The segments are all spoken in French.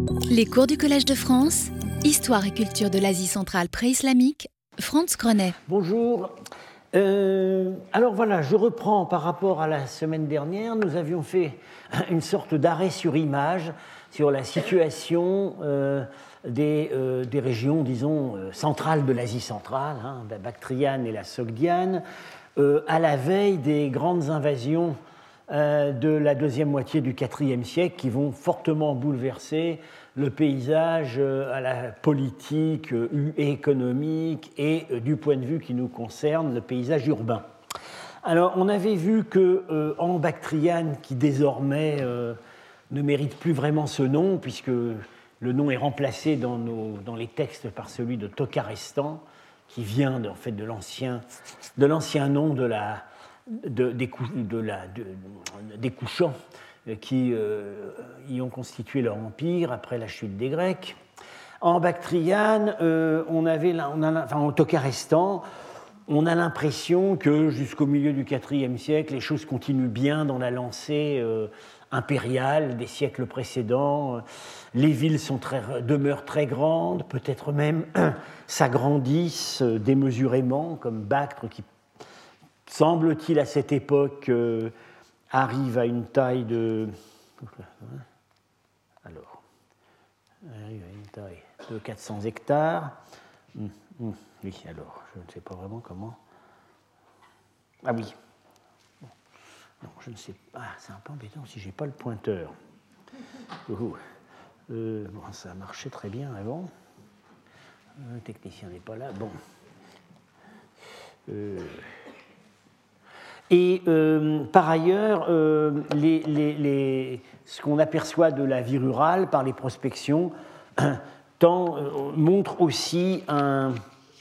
Les cours du Collège de France, Histoire et culture de l'Asie centrale pré-islamique, Franz Grenet. Bonjour. Alors voilà, je reprends par rapport à la semaine dernière. Nous avions fait une sorte d'arrêt sur image sur la situation des régions, disons, centrales de l'Asie centrale, la Bactriane et la Sogdiane, à la veille des grandes invasions de la deuxième moitié du IVe siècle qui vont fortement bouleverser le paysage à la politique et économique et du point de vue qui nous concerne, le paysage urbain. Alors, on avait vu qu'en Bactriane, qui désormais ne mérite plus vraiment ce nom, puisque le nom est remplacé dans les textes par celui de Tokarestan, qui vient en fait de l'ancien nom des Couchants, qui y ont constitué leur empire après la chute des Grecs. En Bactriane, en Tokarestan, on a l'impression que jusqu'au milieu du IVe siècle, les choses continuent bien dans la lancée impériale des siècles précédents. Les villes demeurent très grandes, peut-être même s'agrandissent démesurément, comme Bactre, qui, semble-t-il, à cette époque, arrive à une taille de 400 hectares. Oui, alors, je ne sais pas vraiment comment. Ah oui. Non, je ne sais pas. C'est un peu embêtant si je n'ai pas le pointeur. Ça a marché très bien avant. Le technicien n'est pas là. Bon. Et par ailleurs, ce qu'on aperçoit de la vie rurale par les prospections montre aussi un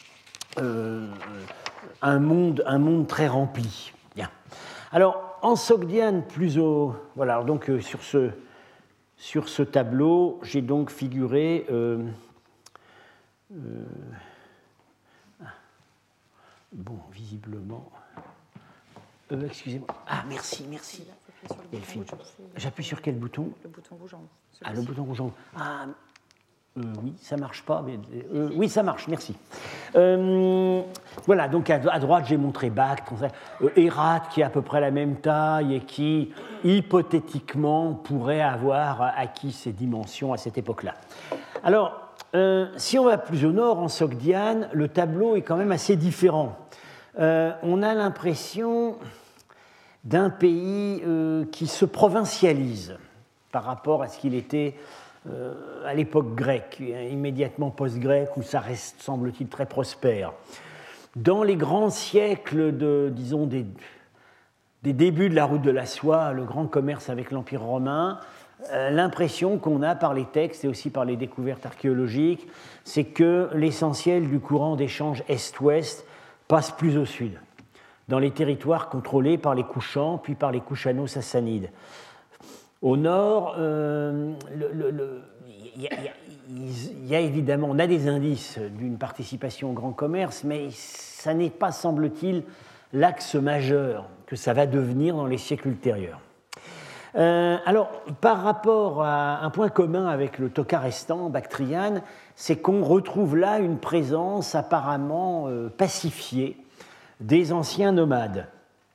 monde très rempli. Bien. Alors, en Sogdiane, voilà, donc sur ce tableau, j'ai donc figuré visiblement. Excusez-moi. Ah, merci. Delphine. J'appuie sur quel bouton ? Le bouton rouge en haut. Le bouton rouge en haut. Ah, oui, ça ne marche pas. Mais, oui, ça marche, merci. Voilà, donc à droite, j'ai montré Bactre, Hérat, qui est à peu près la même taille et qui, hypothétiquement, pourrait avoir acquis ces dimensions à cette époque-là. Alors, si on va plus au nord, en Sogdiane, le tableau est quand même assez différent. On a l'impression d'un pays qui se provincialise par rapport à ce qu'il était à l'époque grecque, immédiatement post-grecque, où ça reste, semble-t-il, très prospère. Dans les grands siècles des débuts de la route de la soie, le grand commerce avec l'Empire romain, l'impression qu'on a par les textes et aussi par les découvertes archéologiques, c'est que l'essentiel du courant d'échange Est-Ouest passe plus au sud, dans les territoires contrôlés par les Couchants, puis par les Couchano-Sassanides. Au nord, y a évidemment, on a des indices d'une participation au grand commerce, mais ça n'est pas, semble-t-il, l'axe majeur que ça va devenir dans les siècles ultérieurs. Alors, par rapport à un point commun avec le Tokarestan bactriane, c'est qu'on retrouve là une présence apparemment pacifiée des anciens nomades.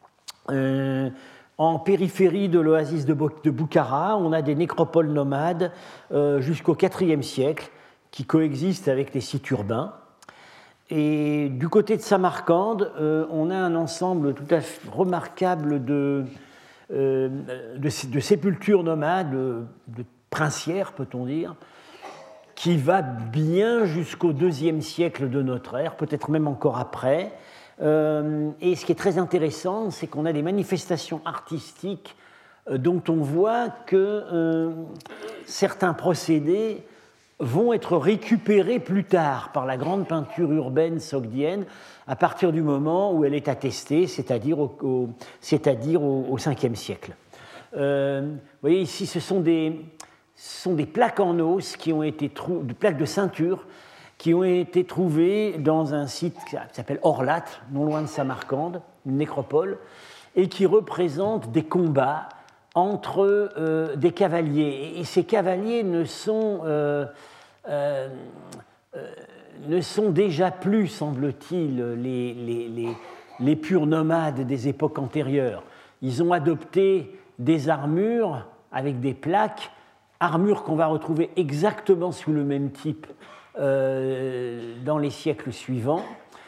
En périphérie de l'oasis de Boukhara, on a des nécropoles nomades jusqu'au IVe siècle qui coexistent avec les sites urbains. Et du côté de Samarcande, on a un ensemble tout à fait remarquable de sépultures nomades, de princières, peut-on dire, qui va bien jusqu'au IIe siècle de notre ère, peut-être même encore après. Et ce qui est très intéressant, c'est qu'on a des manifestations artistiques dont on voit que certains procédés vont être récupérés plus tard par la grande peinture urbaine sogdienne à partir du moment où elle est attestée, c'est-à-dire au Ve siècle. Vous voyez ici, ce sont des plaques en os qui ont été des plaques de ceinture qui ont été trouvées dans un site qui s'appelle Orlat, non loin de Samarcande, une nécropole, et qui représentent des combats entre des cavaliers. Et ces cavaliers ne sont déjà plus, semble-t-il, les purs nomades des époques antérieures. Ils ont adopté des armures avec des plaques, armures qu'on va retrouver exactement sous le même type dans les siècles suivants.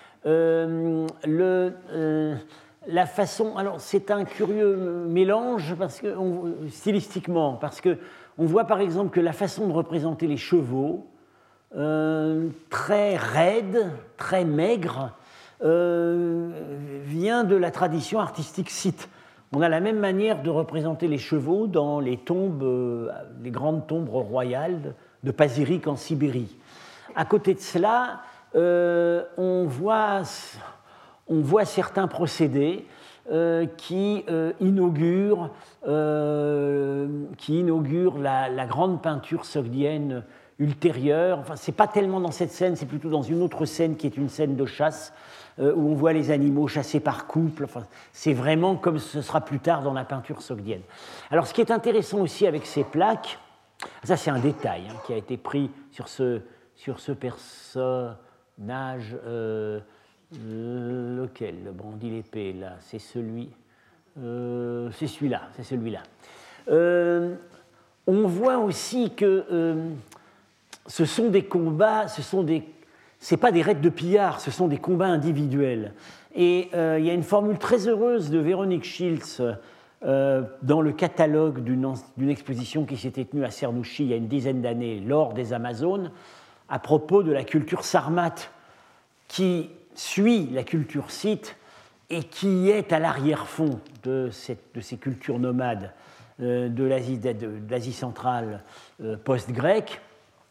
La façon, alors c'est un curieux mélange stylistiquement, parce qu'on voit par exemple que la façon de représenter les chevaux, très raide, très maigre, vient de la tradition artistique scythe. On a la même manière de représenter les chevaux dans les tombes, les grandes tombes royales de Pazyryk en Sibérie. À côté de cela, on voit certains procédés qui inaugurent la grande peinture sogdienne ultérieure. Enfin, ce n'est pas tellement dans cette scène, c'est plutôt dans une autre scène qui est une scène de chasse, où on voit les animaux chassés par couple. Enfin, c'est vraiment comme ce sera plus tard dans la peinture sogdienne. Alors, ce qui est intéressant aussi avec ces plaques, ça c'est un détail qui a été pris sur ce personnage, lequel brandit l'épée là, c'est celui, c'est celui-là. On voit aussi que ce sont des combats, c'est pas des raids de pillards, ce sont des combats individuels. Et il y a une formule très heureuse de Véronique Schiltz dans le catalogue d'une exposition qui s'était tenue à Cernouchi il y a une dizaine d'années, l'or des Amazones, à propos de la culture sarmate qui suit la culture scythe et qui est à l'arrière-fond de ces cultures nomades de l'Asie centrale post-grecque.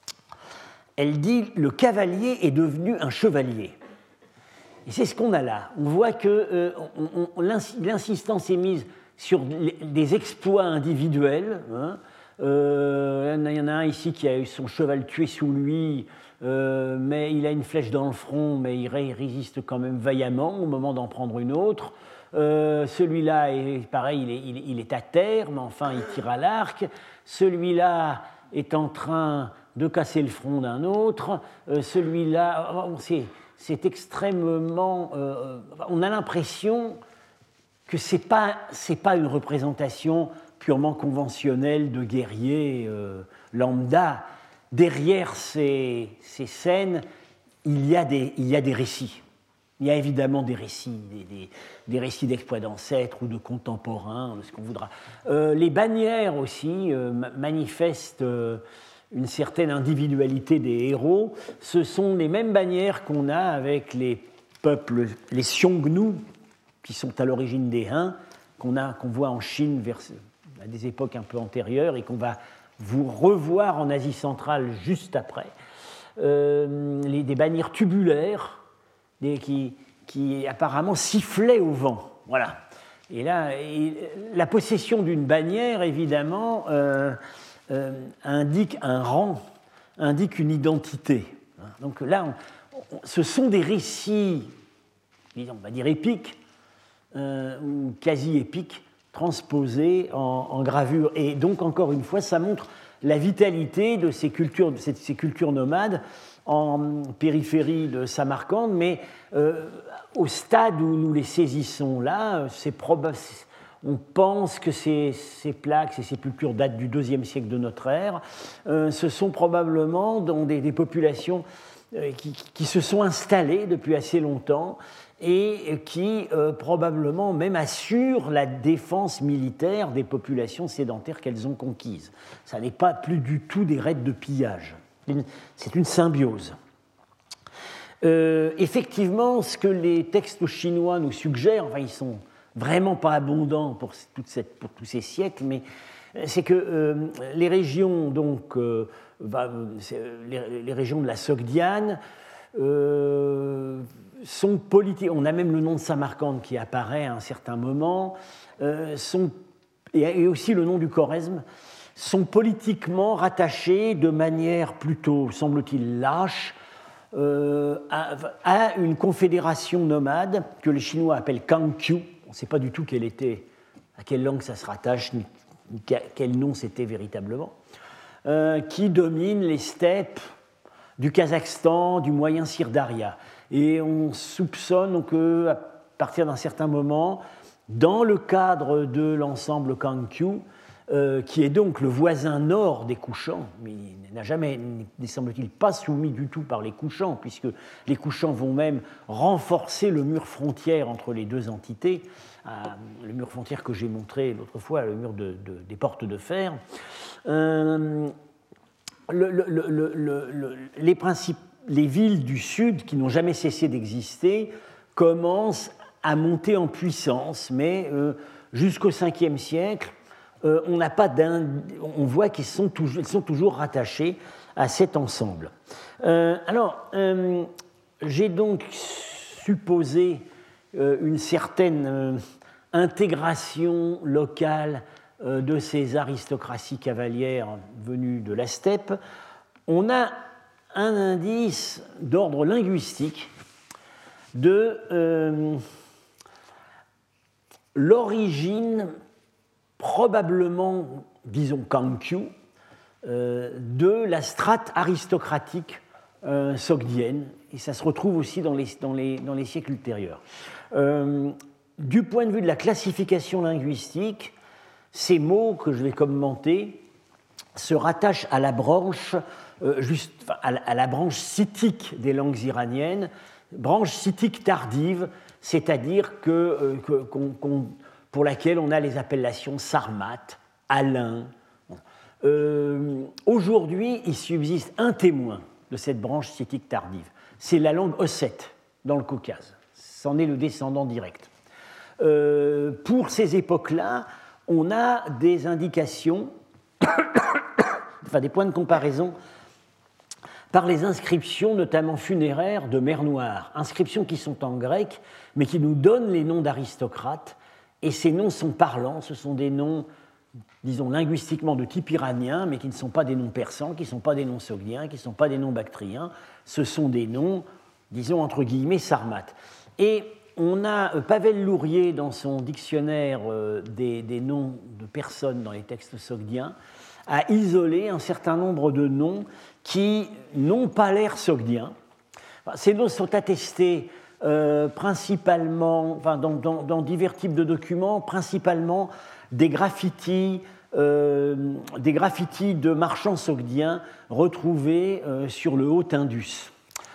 Elle dit « le cavalier est devenu un chevalier ». Et c'est ce qu'on a là. On voit que l'insistance est mise sur des exploits individuels. Il y en a un ici qui a eu son cheval tué sous lui, mais il a une flèche dans le front, mais il résiste quand même vaillamment au moment d'en prendre une autre. Celui-là, pareil, il est à terre, mais enfin il tire à l'arc. Celui-là est en train de casser le front d'un autre. Celui-là, c'est extrêmement... on a l'impression que ce n'est pas une représentation purement conventionnelle de guerriers lambda. Derrière ces scènes, il y a des récits. Il y a évidemment des récits, des récits d'exploits d'ancêtres ou de contemporains, ce qu'on voudra. Les bannières aussi manifestent une certaine individualité des héros. Ce sont les mêmes bannières qu'on a avec les peuples, les Xiongnu, qui sont à l'origine des Han, qu'on voit en Chine à des époques un peu antérieures et qu'on va vous revoir en Asie centrale juste après. Des bannières tubulaires qui apparemment sifflaient au vent. Voilà. Et là, la possession d'une bannière, évidemment, indique un rang, indique une identité. Donc là, ce sont des récits, on va dire épiques, ou quasi-épiques, transposés en gravure. Et donc, encore une fois, ça montre la vitalité de ces cultures nomades en périphérie de Samarcande, mais au stade où nous les saisissons là, on pense que ces plaques, ces sépultures datent du IIe siècle de notre ère. Ce sont probablement dans des populations qui se sont installées depuis assez longtemps et qui probablement même assurent la défense militaire des populations sédentaires qu'elles ont conquises. Ça n'est pas plus du tout des raids de pillage. C'est une symbiose. Effectivement, ce que les textes chinois nous suggèrent, enfin ils sont vraiment pas abondants pour tous ces siècles, mais c'est que les régions, donc, les régions de la Sogdiane sont politiques. On a même le nom de Samarcande qui apparaît à un certain moment, et aussi le nom du Khorezm, sont politiquement rattachés de manière plutôt, semble-t-il, lâche à une confédération nomade que les Chinois appellent Kangqiu. On ne sait pas du tout à quelle langue ça se rattache, quel nom c'était véritablement, qui domine les steppes du Kazakhstan, du moyen Syrdaria. Et on soupçonne qu'à partir d'un certain moment, dans le cadre de l'ensemble Kangkyu, qui est donc le voisin nord des Kushans, mais il n'a jamais, ne semble-t-il, pas soumis du tout par les Kushans, puisque les Kushans vont même renforcer le mur frontière entre les deux entités, le mur frontière que j'ai montré l'autre fois, le mur des portes de fer. Les villes du sud, qui n'ont jamais cessé d'exister, commencent à monter en puissance, mais jusqu'au 5e siècle, on voit qu'elles sont toujours rattachées à cet ensemble. J'ai donc supposé une certaine intégration locale de ces aristocraties cavalières venues de la steppe. On a un indice d'ordre linguistique de l'origine probablement, disons Kangkyu, de la strate aristocratique sogdienne, et ça se retrouve aussi dans les siècles ultérieurs. Du point de vue de la classification linguistique, ces mots que je vais commenter se rattachent à la branche, à la branche scythique des langues iraniennes, branche scythique tardive, c'est-à-dire pour laquelle on a les appellations sarmate, alain. Aujourd'hui, il subsiste un témoin de cette branche scythique tardive. C'est la langue ossète, dans le Caucase. C'en est le descendant direct. Pour ces époques-là, on a des indications, enfin des points de comparaison par les inscriptions, notamment funéraires, de Mer Noire. Inscriptions qui sont en grec, mais qui nous donnent les noms d'aristocrates. Et ces noms sont parlants, ce sont des noms, disons, linguistiquement de type iranien, mais qui ne sont pas des noms persans, qui ne sont pas des noms sogdiens, qui ne sont pas des noms bactriens. Ce sont des noms, disons, entre guillemets, sarmates. Et on a Pavel Lourier, dans son dictionnaire des noms de personnes dans les textes sogdiens, a isolé un certain nombre de noms qui n'ont pas l'air sogdiens. Ces noms sont attestés principalement, enfin, dans divers types de documents, principalement des graffitis de marchands sogdiens retrouvés sur le Haut-Indus.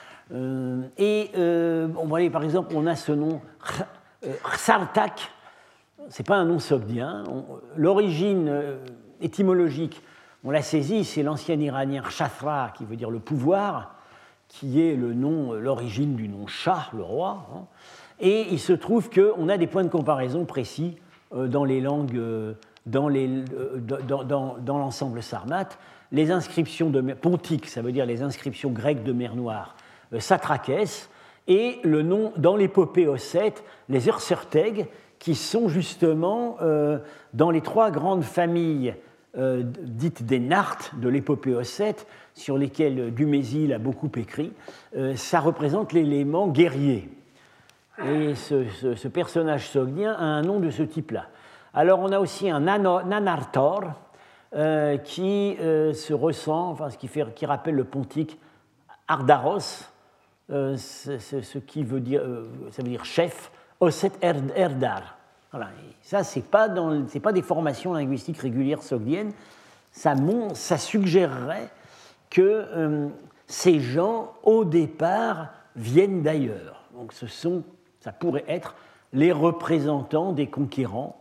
Voyez, par exemple, on a ce nom Rsartak, ce n'est pas un nom sogdien. L'origine étymologique, on l'a saisi, c'est l'ancien iranien Kshathra, qui veut dire le pouvoir, qui est l'origine du nom Shah, le roi. Et il se trouve qu'on a des points de comparaison précis dans les langues, dans l'ensemble sarmate. Les inscriptions pontiques, ça veut dire les inscriptions grecques de Mer Noire, Satrakès, et le nom dans l'épopée ossète, les Ursurteg, qui sont justement dans les trois grandes familles dites des Nartes de l'épopée ossète, sur lesquelles Dumézil a beaucoup écrit. Ça représente l'élément guerrier. Et ce personnage sogdien a un nom de ce type-là. Alors on a aussi un Nanartor qui se ressent, enfin, qui rappelle le pontique Ardaros, ce qui veut dire, ça veut dire chef, Osset Erdar. Voilà. Ça, c'est pas des formations linguistiques régulières sogdiennes. Ça suggérerait que ces gens, au départ, viennent d'ailleurs. Donc ça pourrait être les représentants des conquérants,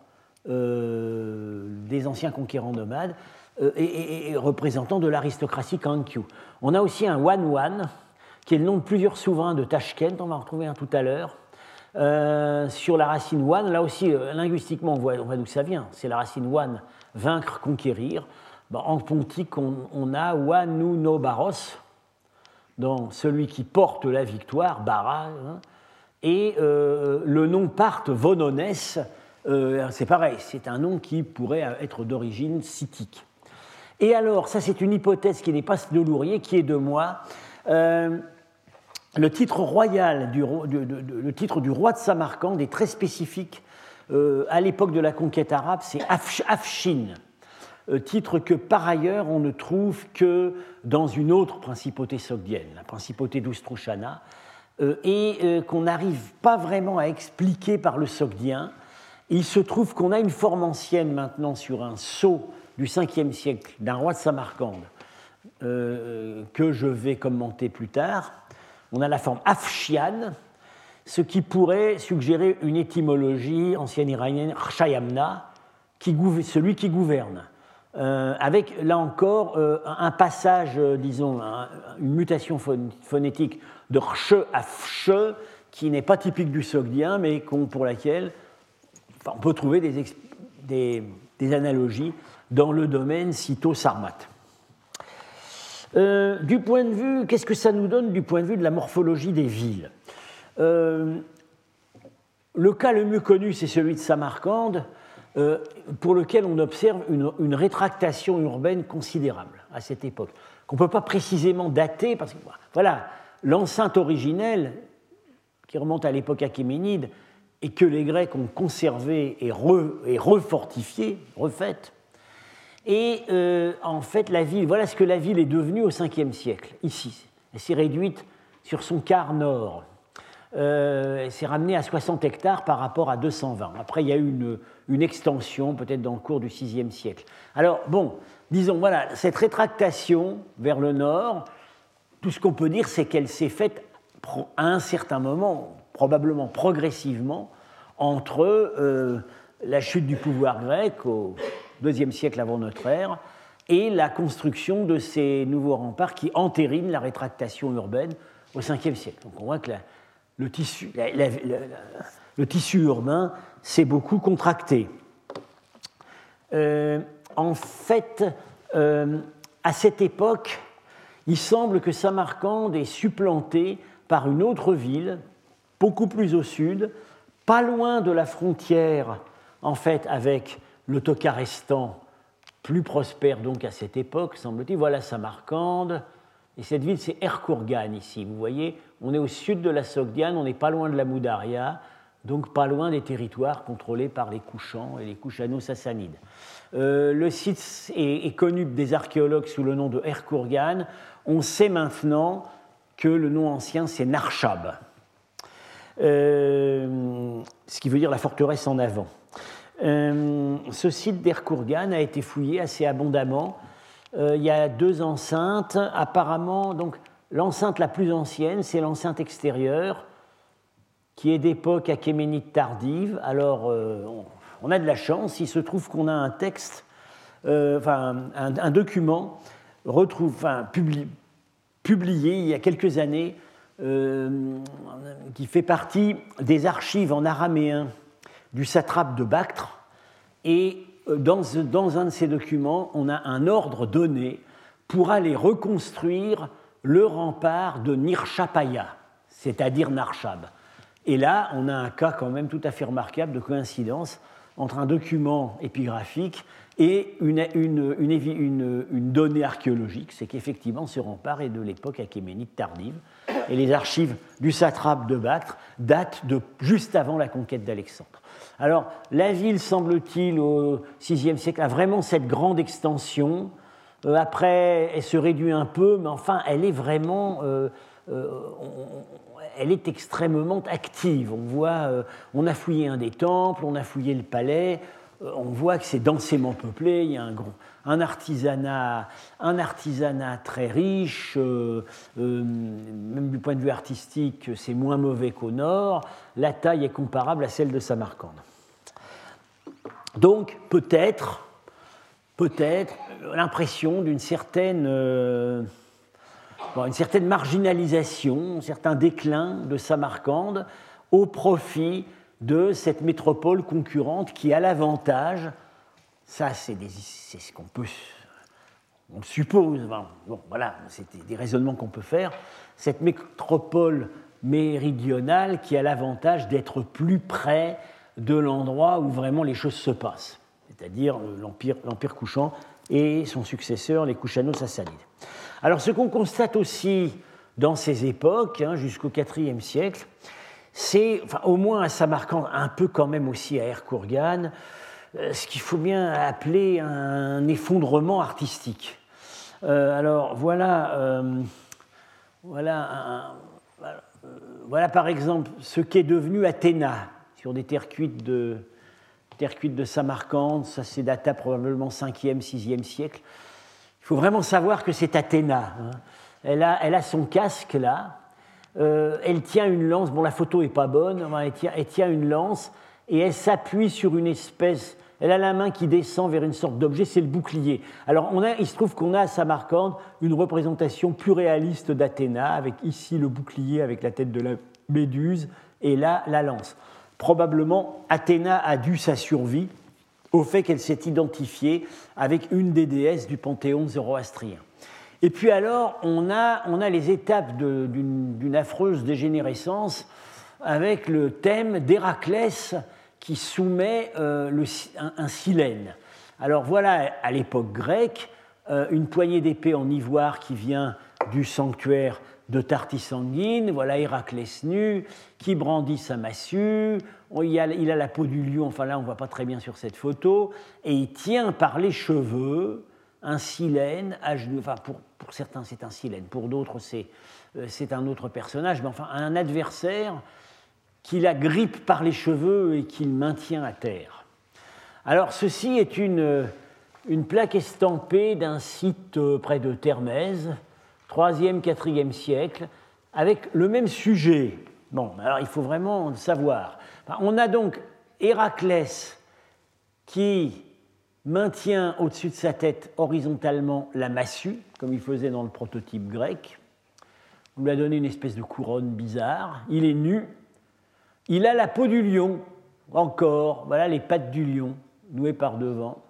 des anciens conquérants nomades, et représentants de l'aristocratie Kangkyu. On a aussi un Wanwan, qui est le nom de plusieurs souverains de Tashkent, on va en retrouver un tout à l'heure, sur la racine wan. Là aussi, linguistiquement, on voit d'où ça vient. C'est la racine wan, vaincre, conquérir. En pontique, on a Wanu no Baros, dans celui qui porte la victoire, Bara, et le nom Parthe Vonones, c'est pareil, c'est un nom qui pourrait être d'origine scythique. Et alors, ça c'est une hypothèse qui n'est pas de Lourier, qui est de moi. Le titre royal, le titre du roi de Samarcande est très spécifique. À l'époque de la conquête arabe, c'est Afshin. titre que par ailleurs on ne trouve que dans une autre principauté sogdienne, la principauté d'Oustrouchana, et qu'on n'arrive pas vraiment à expliquer par le sogdien. Il se trouve qu'on a une forme ancienne maintenant sur un sceau du 5e siècle d'un roi de Samarcande que je vais commenter plus tard. On a la forme Afshian, ce qui pourrait suggérer une étymologie ancienne iranienne, Rshayamna, celui qui gouverne, avec là encore un passage, disons, une mutation phonétique de Rche à Fche, qui n'est pas typique du sogdien, mais pour laquelle on peut trouver des analogies dans le domaine sitho-sarmate. Du point de vue, qu'est-ce que ça nous donne du point de vue de la morphologie des villes ? Le cas le mieux connu, c'est celui de Samarcande, pour lequel on observe une rétractation urbaine considérable à cette époque, qu'on ne peut pas précisément dater, parce que voilà, l'enceinte originelle, qui remonte à l'époque achéménide, et que les Grecs ont conservée et refortifiée, refaite. Et en fait, la ville, voilà ce que la ville est devenue au 5e siècle, ici. Elle s'est réduite sur son quart nord. Elle s'est ramenée à 60 hectares par rapport à 220. Après, il y a eu une extension, peut-être dans le cours du 6e siècle. Alors, bon, disons, voilà, cette rétractation vers le nord, tout ce qu'on peut dire, c'est qu'elle s'est faite à un certain moment, probablement progressivement, entre la chute du pouvoir grec au IIe siècle avant notre ère et la construction de ces nouveaux remparts qui entérinent la rétractation urbaine au 5e siècle. Donc on voit que le tissu urbain s'est beaucoup contracté. En fait, à cette époque, il semble que Samarcande est supplantée par une autre ville, beaucoup plus au sud, pas loin de la frontière, en fait, avec le Tokarestan, plus prospère donc à cette époque, semble-t-il. Voilà Samarcande, et cette ville, c'est Erkourgan, ici. Vous voyez, on est au sud de la Sogdiane, on n'est pas loin de la Moudaria, donc pas loin des territoires contrôlés par les Kouchans et les Kouchano-Sassanides. Le site est connu des archéologues sous le nom de Erkourgan. On sait maintenant que le nom ancien, c'est Narshab, ce qui veut dire la forteresse en avant. Ce site d'Erkourgan a été fouillé assez abondamment. Il y a 2 enceintes. Apparemment, donc, l'enceinte la plus ancienne, c'est l'enceinte extérieure, qui est d'époque achéménide tardive. Alors, on a de la chance. Il se trouve qu'on a un texte, un document publié il y a quelques années, qui fait partie des archives en araméen du satrape de Bactre, et dans un de ces documents, on a un ordre donné pour aller reconstruire le rempart de Nirshapaya, c'est-à-dire Narshab. Et là, on a un cas quand même tout à fait remarquable de coïncidence entre un document épigraphique et une donnée archéologique, c'est qu'effectivement ce rempart est de l'époque achéménide tardive, et les archives du satrape de Bactre datent de juste avant la conquête d'Alexandre. Alors, la ville, semble-t-il, au VIe siècle, a vraiment cette grande extension. Après, elle se réduit un peu, mais enfin, elle est vraiment... elle est extrêmement active. On voit, on a fouillé un des temples, on a fouillé le palais, on voit que c'est densément peuplé, il y a un artisanat très riche, même du point de vue artistique, c'est moins mauvais qu'au nord, la taille est comparable à celle de Samarcande. Donc, peut-être l'impression d'une certaine marginalisation, un certain déclin de Samarcande au profit de cette métropole concurrente qui a l'avantage, ça c'est ce qu'on peut, on le suppose, bon, voilà, c'est des raisonnements qu'on peut faire, cette métropole méridionale qui a l'avantage d'être plus près de l'endroit où vraiment les choses se passent, c'est-à-dire l'Empire couchant et son successeur, les Kouchano-Sassanides. Alors, ce qu'on constate aussi dans ces époques, jusqu'au IVe siècle, c'est, au moins à Samarcande, un peu quand même aussi à Erkourgan, ce qu'il faut bien appeler un effondrement artistique. Alors voilà, voilà par exemple ce qu'est devenu Athéna sur des terres cuites de Samarcande. Ça c'est data probablement 5e, 6e siècle. Il faut vraiment savoir que c'est Athéna. Hein. Elle a son casque là. Elle tient une lance. Bon, la photo n'est pas bonne. Elle tient une lance et elle s'appuie sur une espèce. Elle a la main qui descend vers une sorte d'objet, c'est le bouclier. Alors, il se trouve qu'on a à Samarcande une représentation plus réaliste d'Athéna, avec ici le bouclier avec la tête de la méduse et là la lance. Probablement, Athéna a dû sa survie au fait qu'elle s'est identifiée avec une des déesses du panthéon zoroastrien. Et puis alors, on a les étapes d'une affreuse dégénérescence avec le thème d'Héraclès qui soumet un silène. Alors voilà, à l'époque grecque, une poignée d'épée en ivoire qui vient du sanctuaire de Tartisanguine. Voilà Héraclès nu, qui brandit sa massue. Il a la peau du lion, enfin là on ne voit pas très bien sur cette photo, et il tient par les cheveux un silène à genoux. Enfin, pour certains c'est un silène, pour d'autres c'est un autre personnage, mais enfin un adversaire qui la grippe par les cheveux et qu'il maintient à terre. Alors ceci est une plaque estampée d'un site près de Termèse, 3e, 4e siècle, avec le même sujet. Bon, alors il faut vraiment le savoir. Enfin, on a donc Héraclès qui maintient au-dessus de sa tête horizontalement la massue, comme il faisait dans le prototype grec. On lui a donné une espèce de couronne bizarre. Il est nu. Il a la peau du lion, encore. Voilà les pattes du lion, nouées par devant.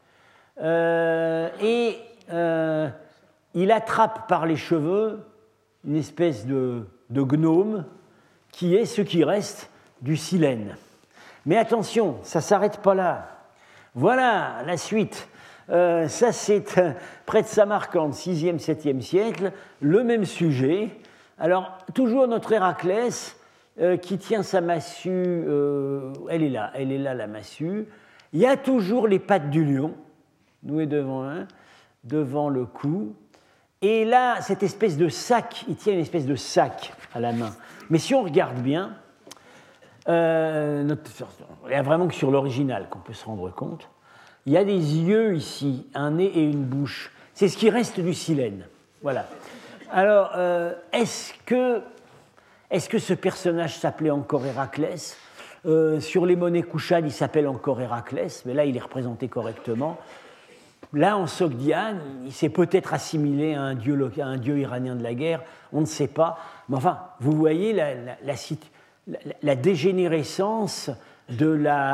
Il attrape par les cheveux une espèce de gnome qui est ce qui reste du silène. Mais attention, ça ne s'arrête pas là. Voilà la suite. Ça, c'est près de Samarcande, 6e, 7e siècle, le même sujet. Alors, toujours notre Héraclès qui tient sa massue, elle est là la massue. Il y a toujours les pattes du lion, nouées devant le cou. Et là, cette espèce de sac, il tient une espèce de sac à la main. Mais si on regarde bien, il n'y a vraiment que sur l'original qu'on peut se rendre compte. Il y a des yeux ici, un nez et une bouche. C'est ce qui reste du silène. Voilà. Alors, est-ce que ce personnage s'appelait encore Héraclès ? Sur les monnaies couchades, il s'appelle encore Héraclès, mais là, il est représenté correctement. Là, en Sogdiane, il s'est peut-être assimilé à un dieu iranien de la guerre, on ne sait pas. Mais enfin, vous voyez la dégénérescence de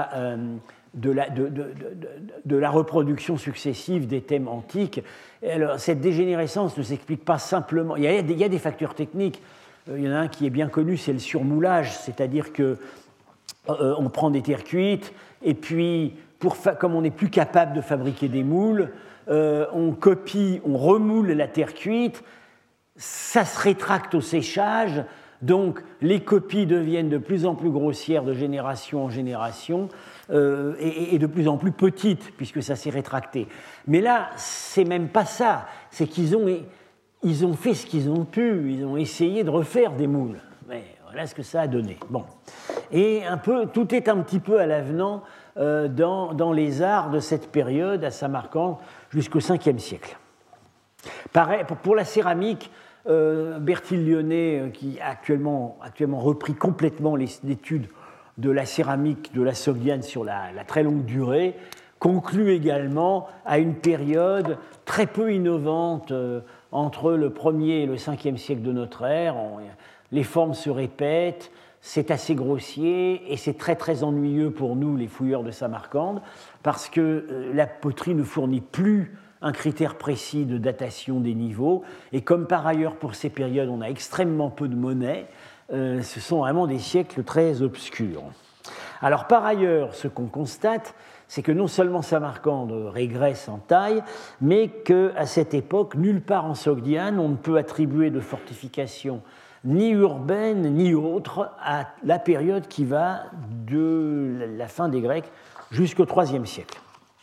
la reproduction successive des thèmes antiques. Et alors, cette dégénérescence ne s'explique pas simplement. Il y a des facteurs techniques. Il y en a un qui est bien connu, c'est le surmoulage, c'est-à-dire que on prend des terres cuites et puis, comme on n'est plus capable de fabriquer des moules, on remoule la terre cuite, ça se rétracte au séchage, donc les copies deviennent de plus en plus grossières de génération en génération et de plus en plus petites puisque ça s'est rétracté. Mais là, c'est même pas ça, c'est qu'ils ont fait ce qu'ils ont pu, ils ont essayé de refaire des moules. Mais voilà ce que ça a donné. Bon. Et tout est un petit peu à l'avenant dans les arts de cette période à Samarcande jusqu'au 5e siècle. Pareil, pour la céramique, Bertil Lyonnais, qui a actuellement repris complètement l'étude de la céramique de la Sogdiane sur la très longue durée, conclut également à une période très peu innovante entre le 1er et le 5e siècle de notre ère. Les formes se répètent, c'est assez grossier et c'est très très ennuyeux pour nous, les fouilleurs de Samarcande, parce que la poterie ne fournit plus un critère précis de datation des niveaux. Et comme par ailleurs, pour ces périodes, on a extrêmement peu de monnaie, ce sont vraiment des siècles très obscurs. Alors par ailleurs, ce qu'on constate, c'est que non seulement Samarcande régresse en taille, mais qu'à cette époque, nulle part en Sogdiane, on ne peut attribuer de fortification ni urbaine ni autre à la période qui va de la fin des Grecs jusqu'au IIIe siècle.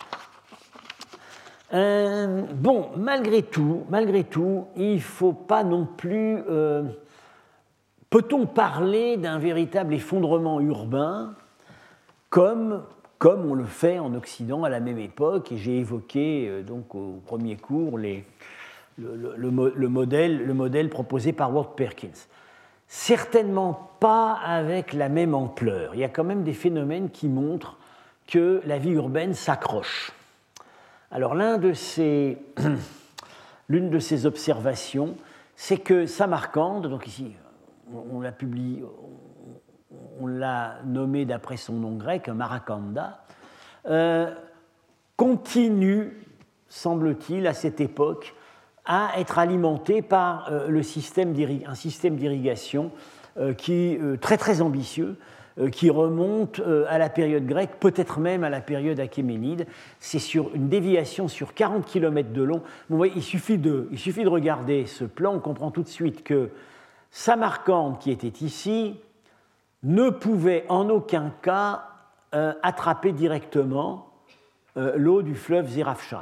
Bon, malgré tout, il ne faut pas non plus... peut-on parler d'un véritable effondrement urbain comme on le fait en Occident à la même époque, et j'ai évoqué donc au premier cours le modèle proposé par Ward Perkins. Certainement pas avec la même ampleur. Il y a quand même des phénomènes qui montrent que la vie urbaine s'accroche. Alors l'une de ces observations, c'est que Samarcande, donc ici on l'a nommé d'après son nom grec, Marakanda, continue, semble-t-il, à cette époque, à être alimenté par un système d'irrigation qui très très ambitieux, qui remonte à la période grecque, peut-être même à la période achéménide. C'est sur une déviation sur 40 km de long. Vous voyez, il suffit de regarder ce plan, on comprend tout de suite que Samarcande, qui était ici, ne pouvait en aucun cas attraper directement l'eau du fleuve Zerafshan,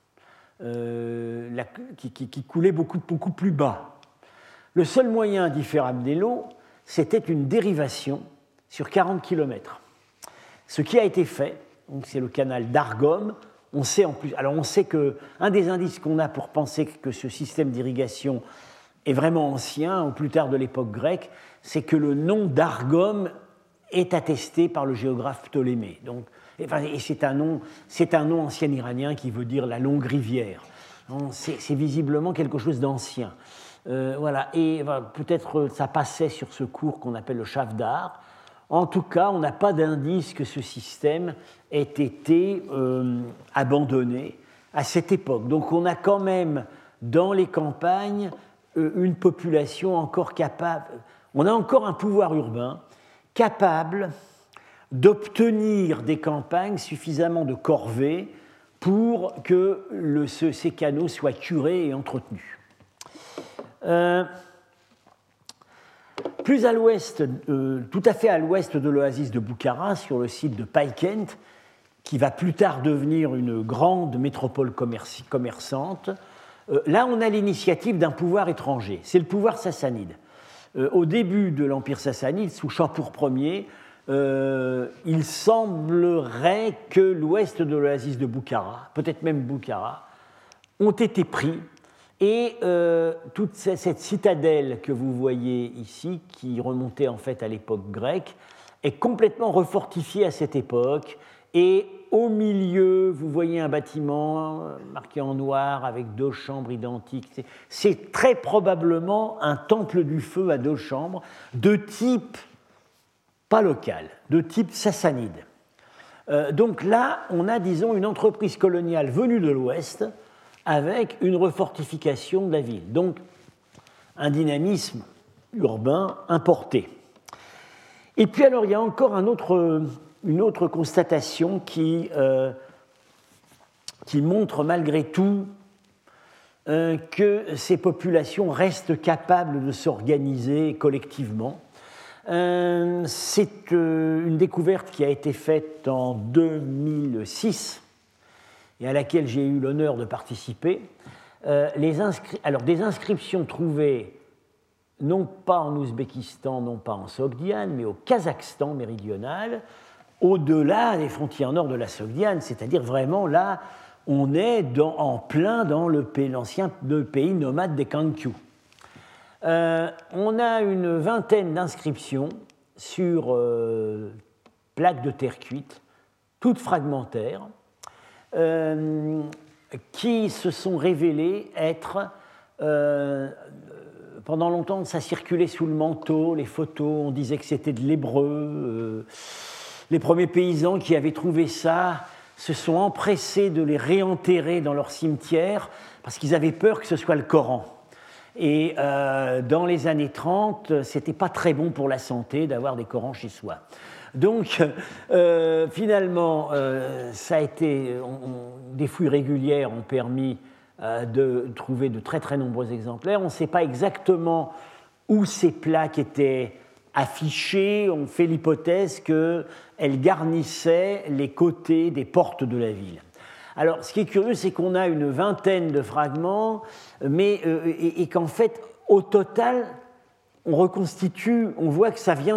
qui coulait beaucoup plus bas. Le seul moyen d'y faire amener l'eau, c'était une dérivation sur 40 km. Ce qui a été fait, donc c'est le canal d'Argome. On sait qu'un des indices qu'on a pour penser que ce système d'irrigation est vraiment ancien, ou plus tard de l'époque grecque, c'est que le nom d'Argome est attesté par le géographe Ptolémée. Donc, et c'est un nom ancien iranien qui veut dire la longue rivière. C'est visiblement quelque chose d'ancien. Voilà. Et peut-être ça passait sur ce cours qu'on appelle le Chavdar. En tout cas, on n'a pas d'indice que ce système ait été abandonné à cette époque. Donc on a quand même dans les campagnes une population encore capable, on a encore un pouvoir urbain capable d'obtenir des campagnes suffisamment de corvées pour que ces canaux soient curés et entretenus. Plus à l'ouest, tout à fait à l'ouest de l'oasis de Boukhara, sur le site de Paykent, qui va plus tard devenir une grande métropole commerçante, là on a l'initiative d'un pouvoir étranger, c'est le pouvoir sassanide. Au début de l'Empire sassanide, sous Shapur Ier, il semblerait que l'ouest de l'oasis de Boukhara, peut-être même Boukhara, ont été pris. Et toute cette citadelle que vous voyez ici, qui remontait en fait à l'époque grecque, est complètement refortifiée à cette époque. Et au milieu, vous voyez un bâtiment marqué en noir avec 2 chambres identiques. C'est très probablement un temple du feu à 2 chambres de type, pas local, de type sassanide. Donc là, on a, disons, une entreprise coloniale venue de l'Ouest, avec une refortification de la ville. Donc, un dynamisme urbain importé. Et puis alors, il y a encore une autre constatation qui montre malgré tout que ces populations restent capables de s'organiser collectivement. C'est une découverte qui a été faite en 2006, et à laquelle j'ai eu l'honneur de participer, des inscriptions trouvées non pas en Ouzbékistan, non pas en Sogdiane, mais au Kazakhstan méridional, au-delà des frontières nord de la Sogdiane, c'est-à-dire vraiment là, on est en plein dans l'ancien pays nomade des Kangkyu. On a une vingtaine d'inscriptions sur plaques de terre cuite, toutes fragmentaires, qui se sont révélées être, pendant longtemps, ça circulait sous le manteau, les photos, on disait que c'était de l'hébreu. Les premiers paysans qui avaient trouvé ça se sont empressés de les réenterrer dans leur cimetière parce qu'ils avaient peur que ce soit le Coran. Et dans les années 30, c'était pas très bon pour la santé d'avoir des Corans chez soi. Donc, finalement, ça a été, des fouilles régulières ont permis de trouver de très très nombreux exemplaires. On ne sait pas exactement où ces plaques étaient affichées, on fait l'hypothèse qu'elles garnissaient les côtés des portes de la ville. Alors, ce qui est curieux, c'est qu'on a une vingtaine de fragments, mais, et qu'en fait, au total, on voit que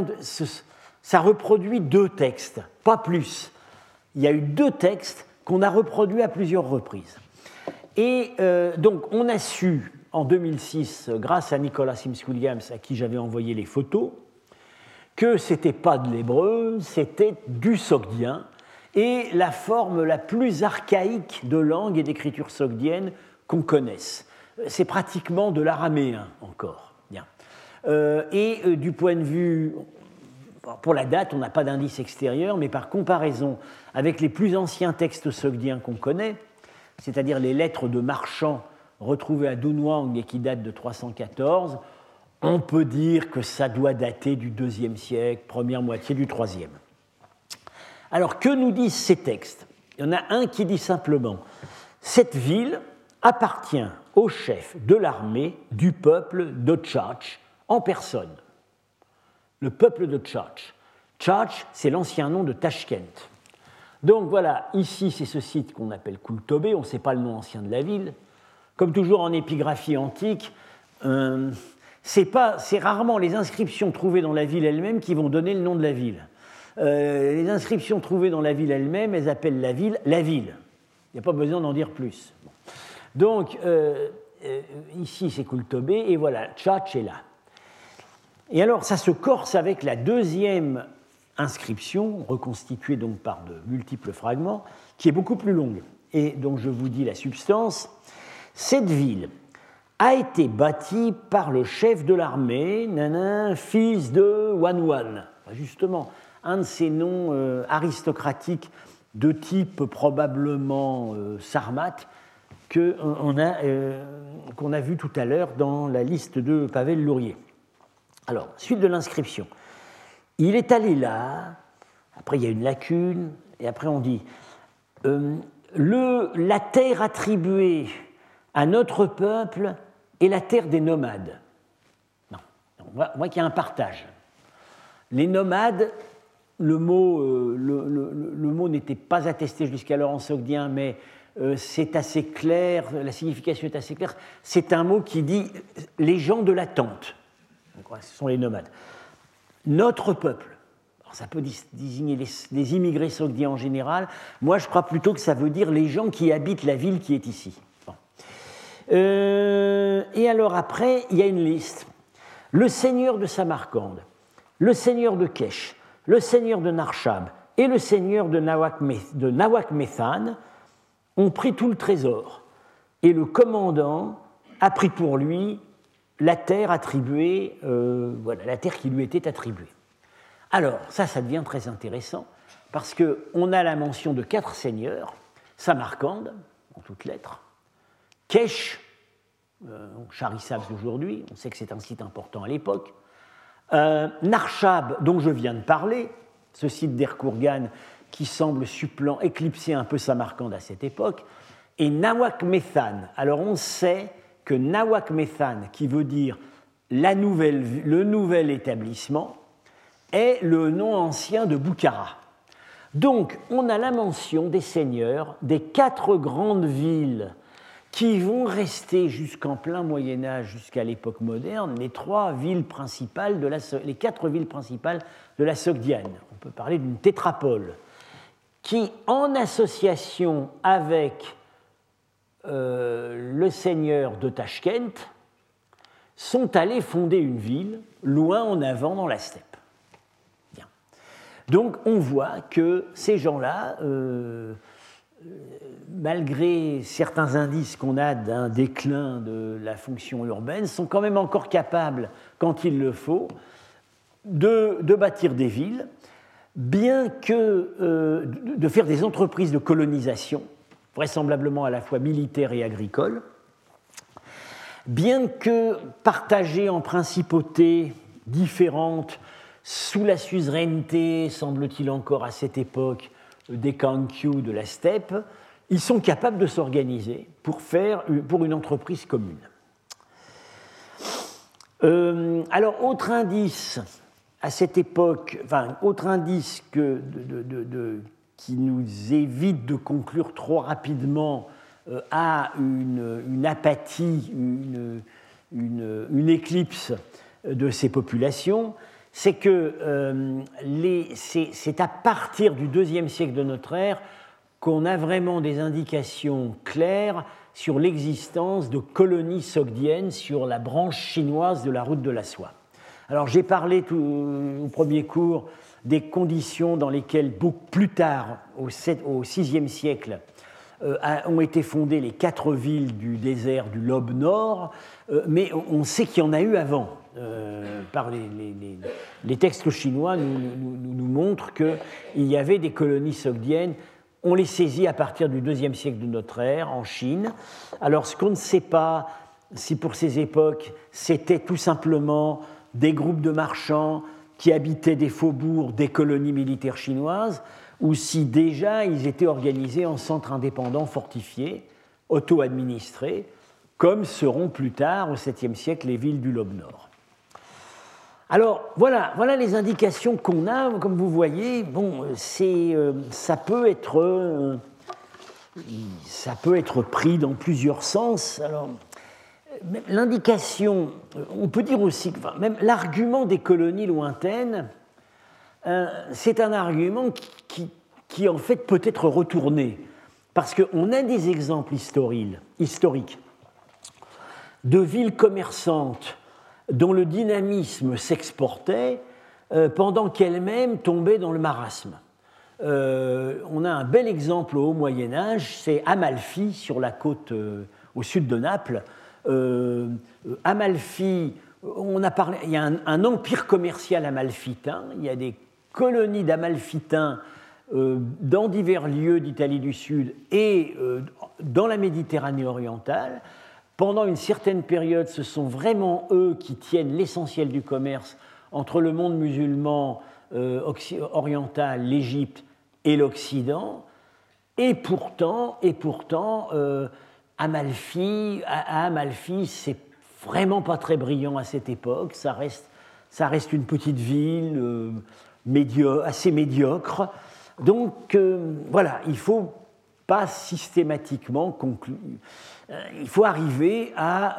ça reproduit 2 textes, pas plus. Il y a eu 2 textes qu'on a reproduits à plusieurs reprises. Et donc, on a su, en 2006, grâce à Nicolas Sims-Williams, à qui j'avais envoyé les photos, que ce n'était pas de l'hébreu, c'était du sogdien, et la forme la plus archaïque de langue et d'écriture sogdienne qu'on connaisse. C'est pratiquement de l'araméen encore. Bien. Du point de vue, pour la date, on n'a pas d'indice extérieur, mais par comparaison avec les plus anciens textes sogdiens qu'on connaît, c'est-à-dire les lettres de marchands retrouvées à Dunhuang et qui datent de 314, on peut dire que ça doit dater du IIe siècle, première moitié du IIIe. Alors, que nous disent ces textes? Il y en a un qui dit simplement « Cette ville appartient au chef de l'armée du peuple de Tchatch en personne. » Le peuple de Tchatch. Tchatch, c'est l'ancien nom de Tashkent. Donc voilà, ici, c'est ce site qu'on appelle Kultobé, on ne sait pas le nom ancien de la ville. Comme toujours en épigraphie antique, c'est rarement les inscriptions trouvées dans la ville elle-même qui vont donner le nom de la ville. Les inscriptions trouvées dans la ville elle-même, elles appellent la ville la ville. Il n'y a pas besoin d'en dire plus. Bon. Donc, ici, c'est Kultobé, et voilà, Tchatch est là. Et alors, ça se corse avec la deuxième inscription, reconstituée donc par de multiples fragments, qui est beaucoup plus longue, et dont je vous dis la substance. Cette ville a été bâtie par le chef de l'armée, fils de Wanwan. Justement, un de ces noms aristocratiques de type probablement sarmate qu'on a vu tout à l'heure dans la liste de Pavel Lourier. Alors, suite de l'inscription. Il est allé là, après il y a une lacune, et après on dit la terre attribuée à notre peuple est la terre des nomades. Non, on voit qu'il y a un partage. Les nomades, le mot n'était pas attesté jusqu'alors en sogdien, mais c'est assez clair, la signification est assez claire. C'est un mot qui dit les gens de la tente. Donc, ce sont les nomades. Notre peuple. Alors, ça peut désigner les immigrés sogdiens en général. Moi, je crois plutôt que ça veut dire les gens qui habitent la ville qui est ici. Bon. Et alors après, il y a une liste. Le seigneur de Samarcande, le seigneur de Kesh, le seigneur de Narshab et le seigneur de Nawak Methan ont pris tout le trésor. Et le commandant a pris pour lui la terre attribuée, la terre qui lui était attribuée. Alors, ça devient très intéressant, parce qu'on a la mention de 4 seigneurs, Samarcande, en toutes lettres, Kesh, Charissab d'aujourd'hui, on sait que c'est un site important à l'époque, Narshab, dont je viens de parler, ce site d'Erkourgan qui semble éclipser un peu Samarcande à cette époque, et Nawak Methan. Alors on sait que Nawak Methan, qui veut dire le nouvel établissement, est le nom ancien de Boukhara. Donc, on a la mention des seigneurs des 4 grandes villes qui vont rester jusqu'en plein Moyen-Âge, jusqu'à l'époque moderne, les 4 villes principales de la Sogdiane. On peut parler d'une tétrapole qui, en association avec le seigneur de Tashkent, sont allés fonder une ville loin en avant dans la steppe. Bien. Donc on voit que ces gens-là, malgré certains indices qu'on a d'un déclin de la fonction urbaine, sont quand même encore capables, quand il le faut, de bâtir des villes, bien que de faire des entreprises de colonisation, vraisemblablement à la fois militaires et agricoles, bien que partagées en principautés différentes sous la suzeraineté, semble-t-il encore à cette époque, des Kangkyu de la steppe, ils sont capables de s'organiser pour une entreprise commune. Alors, autre indice à cette époque, enfin, autre indice qui nous évite de conclure trop rapidement à une apathie, une éclipse de ces populations, c'est que c'est à partir du IIe siècle de notre ère qu'on a vraiment des indications claires sur l'existence de colonies sogdiennes sur la branche chinoise de la route de la soie. Alors j'ai parlé au premier cours des conditions dans lesquelles beaucoup plus tard, au VIe siècle, ont été fondées les 4 villes du désert du Lobe Nord, mais on sait qu'il y en a eu avant. Par les textes chinois nous montrent qu'il y avait des colonies sogdiennes. On les saisit à partir du IIe siècle de notre ère en Chine. Alors ce qu'on ne sait pas, si pour ces époques c'était tout simplement des groupes de marchands qui habitaient des faubourgs des colonies militaires chinoises, ou si déjà ils étaient organisés en centres indépendants fortifiés, auto-administrés, comme seront plus tard, au VIIe siècle, les villes du Lobe Nord. Alors, voilà les indications qu'on a. Comme vous voyez, bon, ça peut être pris dans plusieurs sens. Alors, l'indication, on peut dire aussi, enfin, même l'argument des colonies lointaines, c'est un argument qui en fait peut être retourné, parce qu'on a des exemples historiques de villes commerçantes dont le dynamisme s'exportait pendant qu'elles-mêmes tombaient dans le marasme. On a un bel exemple au Haut Moyen-Âge, c'est Amalfi, sur la côte au sud de Naples. Amalfi, il y a un empire commercial amalfitain, il y a des colonies d'amalfitains dans divers lieux d'Italie du Sud et dans la Méditerranée orientale. Pendant une certaine période, ce sont vraiment eux qui tiennent l'essentiel du commerce entre le monde musulman oriental, l'Égypte et l'Occident. Et pourtant, à Amalfi, c'est vraiment pas très brillant à cette époque. Ça reste une petite ville assez médiocre. Donc voilà, il ne faut pas systématiquement conclure. Il faut arriver à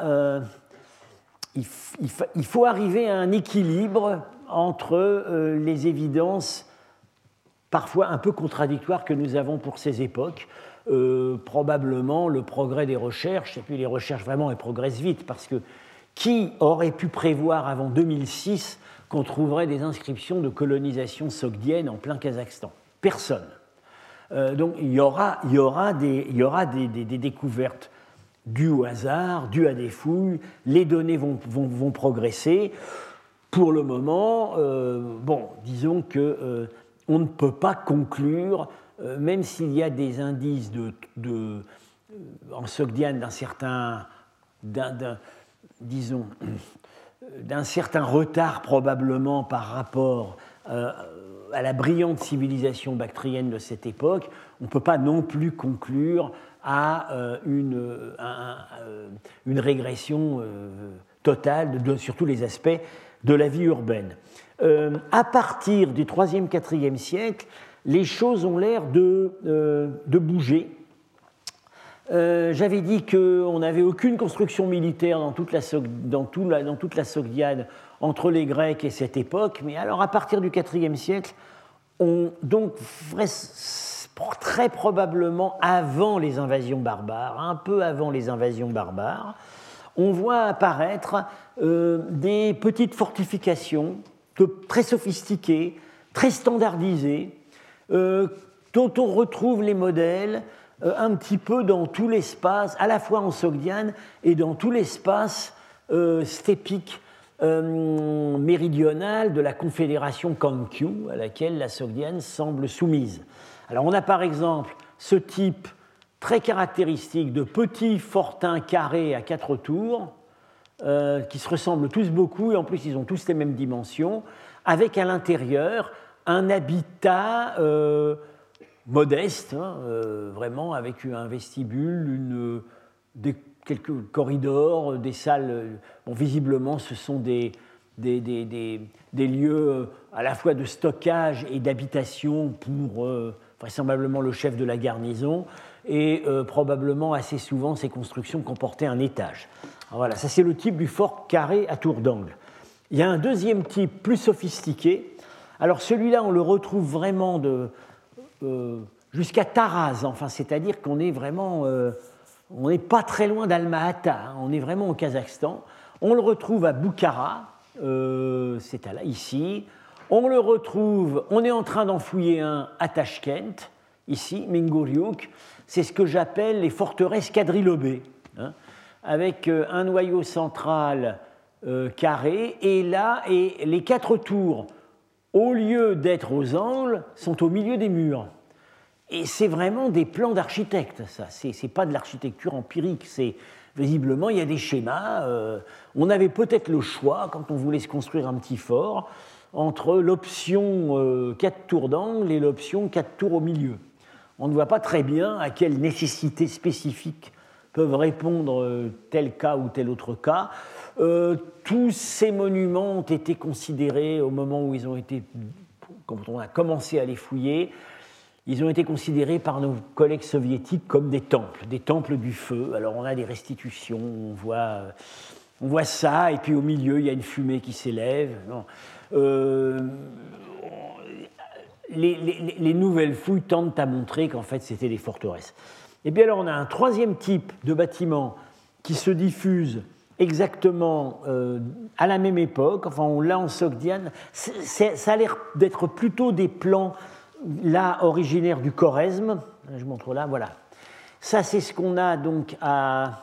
un équilibre entre les évidences parfois un peu contradictoires que nous avons pour ces époques. Probablement le progrès des recherches, et puis les recherches vraiment elles progressent vite, parce que qui aurait pu prévoir avant 2006 qu'on trouverait des inscriptions de colonisation sogdienne en plein Kazakhstan? Personne. Donc il y aura des découvertes dues au hasard, dues à des fouilles, les données vont progresser. Pour le moment, disons qu'on ne peut pas conclure, même s'il y a des indices en sogdiane d'un certain retard probablement par rapport à la brillante civilisation bactrienne de cette époque, on ne peut pas non plus conclure à une régression totale sur tous les aspects de la vie urbaine. À partir du IIIe, IVe siècle, les choses ont l'air de bouger. J'avais dit qu'on n'avait aucune construction militaire dans toute la Sogdiane entre les Grecs et cette époque, mais alors à partir du IVe siècle, donc très probablement avant les invasions barbares, un peu avant les invasions barbares, on voit apparaître des petites fortifications très sophistiquées, très standardisées, dont on retrouve les modèles un petit peu dans tout l'espace, à la fois en Sogdiane et dans tout l'espace steppique méridional de la confédération Kankyu, à laquelle la Sogdiane semble soumise. Alors on a par exemple ce type très caractéristique de petits fortins carrés à 4 tours, qui se ressemblent tous beaucoup, et en plus ils ont tous les mêmes dimensions, avec à l'intérieur un habitat modeste, vraiment avec un vestibule, quelques corridors, des salles. Bon, visiblement, ce sont des des lieux à la fois de stockage et d'habitation pour vraisemblablement le chef de la garnison, et probablement assez souvent ces constructions comportaient un étage. Alors voilà, ça c'est le type du fort carré à tour d'angle. Il y a un deuxième type plus sophistiqué. Alors celui-là, on le retrouve vraiment jusqu'à Taraz, enfin, c'est-à-dire qu'on est vraiment, on n'est pas très loin d'Alma-Ata, hein, on est vraiment au Kazakhstan. On le retrouve à Bukhara, c'est là, ici. On le retrouve, on est en train d'en fouiller un à Tachkent, ici, Minguryuk. C'est ce que j'appelle les forteresses quadrilobées, hein, avec un noyau central carré, et là, et les 4 tours, au lieu d'être aux angles, sont au milieu des murs. Et c'est vraiment des plans d'architectes, ça. C'est pas de l'architecture empirique, c'est visiblement, il y a des schémas. On avait peut-être le choix, quand on voulait se construire un petit fort, entre l'option 4 tours d'angle et l'option 4 tours au milieu. On ne voit pas très bien à quelles nécessités spécifiques peuvent répondre tel cas ou tel autre cas. Tous ces monuments ont été considérés au moment où ils ont été, quand on a commencé à les fouiller, ils ont été considérés par nos collègues soviétiques comme des temples du feu. Alors on a des restitutions, on voit ça, et puis au milieu il y a une fumée qui s'élève. Les nouvelles fouilles tentent à montrer qu'en fait c'était des forteresses. Et bien alors on a un troisième type de bâtiment qui se diffuse exactement à la même époque, enfin on l'a en Sogdiane, ça a l'air d'être plutôt des plans là originaires du Khorezm, je montre là, voilà. Ça c'est ce qu'on a donc à...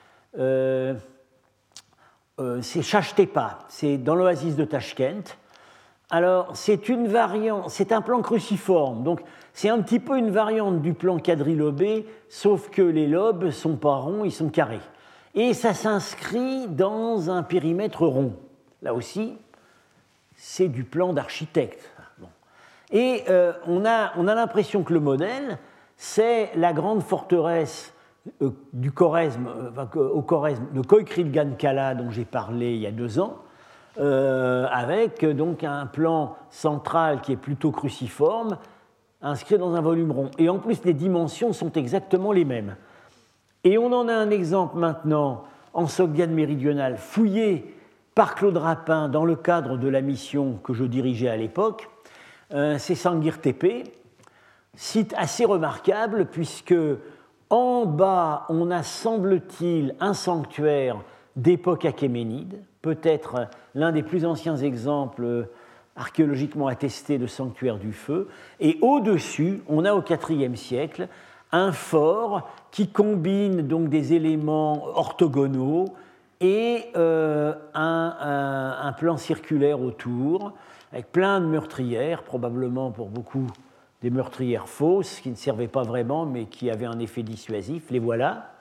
c'est Chachtepa, c'est dans l'oasis de Tachkent. Alors c'est une variante, c'est un plan cruciforme, donc c'est un petit peu une variante du plan quadrilobé, sauf que les lobes ne sont pas ronds, ils sont carrés. Et ça s'inscrit dans un périmètre rond. Là aussi, c'est du plan d'architecte. Bon. Et on a l'impression que le modèle, c'est la grande forteresse du Khorezm, au Khorezm, de Koykrilgan-Kala, dont j'ai parlé il y a 2 ans, avec donc un plan central qui est plutôt cruciforme, inscrit dans un volume rond. Et en plus, les dimensions sont exactement les mêmes. Et on en a un exemple maintenant en Sogdiane méridionale, fouillé par Claude Rapin dans le cadre de la mission que je dirigeais à l'époque. C'est Sangir Tepe, site assez remarquable puisque en bas on a, semble-t-il, un sanctuaire d'époque achéménide, peut-être l'un des plus anciens exemples archéologiquement attestés de sanctuaire du feu, et au-dessus on a au IVe siècle un fort qui combine donc des éléments orthogonaux et un plan circulaire autour, avec plein de meurtrières, probablement pour beaucoup des meurtrières fausses, qui ne servaient pas vraiment, mais qui avaient un effet dissuasif. Les voilà.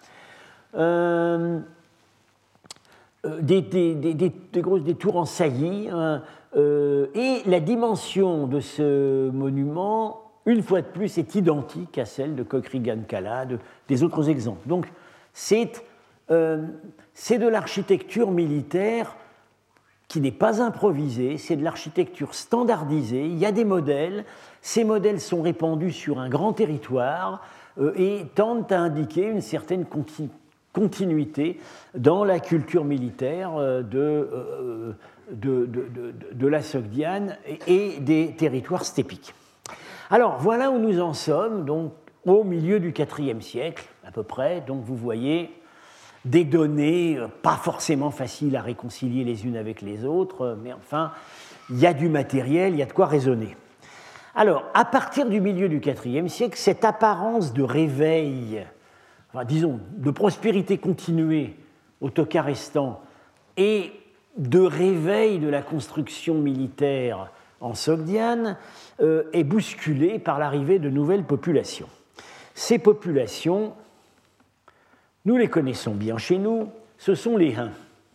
Des tours en saillie. Et la dimension de ce monument, une fois de plus, est identique à celle de Koykrilgan-Kala, des autres exemples. Donc, c'est de l'architecture militaire qui n'est pas improvisée, c'est de l'architecture standardisée. Il y a des modèles, ces modèles sont répandus sur un grand territoire et tentent à indiquer une certaine continuité dans la culture militaire de la Sogdiane et des territoires steppiques. Alors, voilà où nous en sommes, donc au milieu du IVe siècle, à peu près. Donc, vous voyez des données pas forcément faciles à réconcilier les unes avec les autres, mais enfin, il y a du matériel, il y a de quoi raisonner. Alors, à partir du milieu du IVe siècle, cette apparence de réveil, enfin, disons, de prospérité continuée au Tokarestan et de réveil de la construction militaire en Sogdiane est bousculée par l'arrivée de nouvelles populations. Ces populations, nous les connaissons bien chez nous, ce sont les Huns.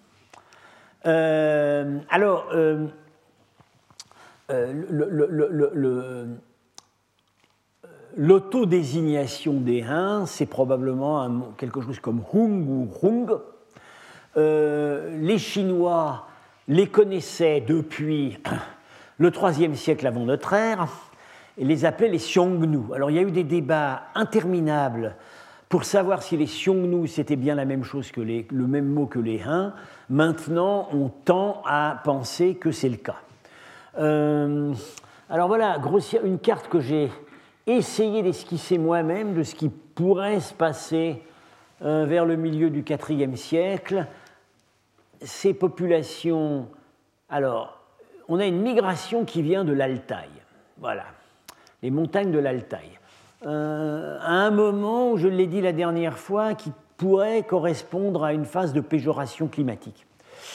L'autodésignation des Huns, c'est probablement quelque chose comme Hung ou Hung. Les Chinois les connaissaient depuis le IIIe siècle avant notre ère et les appelaient les Xiongnu. Alors il y a eu des débats interminables pour savoir si les Xiongnu c'était bien la même chose que le même mot que les Han. Maintenant, on tend à penser que c'est le cas. Alors voilà, une carte que j'ai essayé d'esquisser moi-même de ce qui pourrait se passer vers le milieu du IVe siècle. Ces populations... Alors, on a une migration qui vient de l'Altaï. Voilà, les montagnes de l'Altaï. À un moment, où je l'ai dit la dernière fois, qui pourrait correspondre à une phase de péjoration climatique.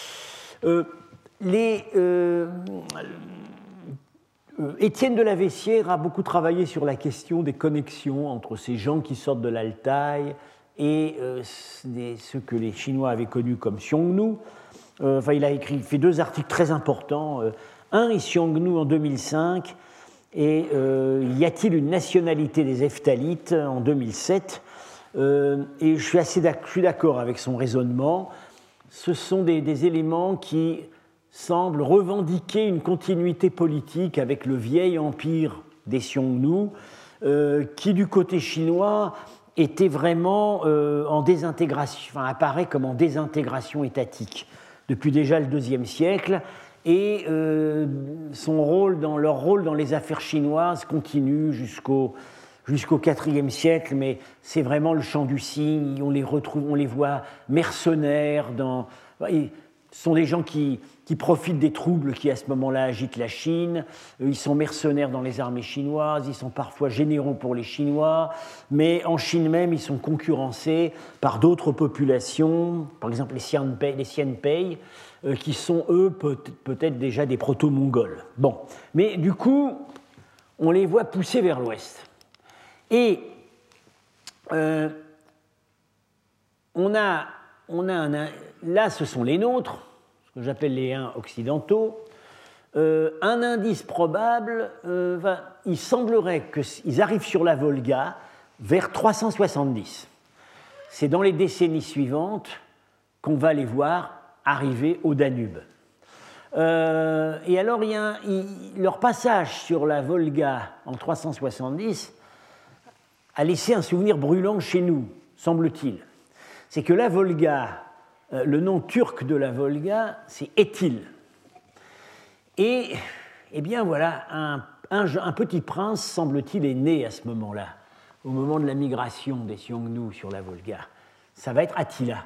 Étienne de la Vessière a beaucoup travaillé sur la question des connexions entre ces gens qui sortent de l'Altaï et ceux que les Chinois avaient connus comme Xiongnu. Il a fait 2 articles très importants. Un est Xiongnu en 2005 et y a-t-il une nationalité des Hephthalites en 2007 et je suis d'accord avec son raisonnement. Ce sont des éléments qui semblent revendiquer une continuité politique avec le vieil empire des Xiongnu qui, du côté chinois, était vraiment en désintégration, apparaît comme en désintégration étatique depuis déjà le IIe siècle, et leur rôle dans les affaires chinoises continue jusqu'au IVe siècle, mais c'est vraiment le chant du cygne. On les voit mercenaires. Ce sont des gens qui profitent des troubles qui à ce moment-là agitent la Chine. Ils sont mercenaires dans les armées chinoises, ils sont parfois généraux pour les Chinois, mais en Chine même, ils sont concurrencés par d'autres populations, par exemple les Xianpei, qui sont eux peut-être déjà des proto-mongols. Bon, mais du coup, on les voit pousser vers l'ouest. Et là, ce sont les nôtres, ce que j'appelle les Huns occidentaux. Un indice probable, il semblerait qu'ils arrivent sur la Volga vers 370. C'est dans les décennies suivantes qu'on va les voir arriver au Danube. Et alors, leur passage sur la Volga en 370 a laissé un souvenir brûlant chez nous, semble-t-il. C'est que la Volga, le nom turc de la Volga, c'est Etil. Et, eh bien voilà, un petit prince, semble-t-il, est né à ce moment-là, au moment de la migration des Xiongnu sur la Volga. Ça va être Attila.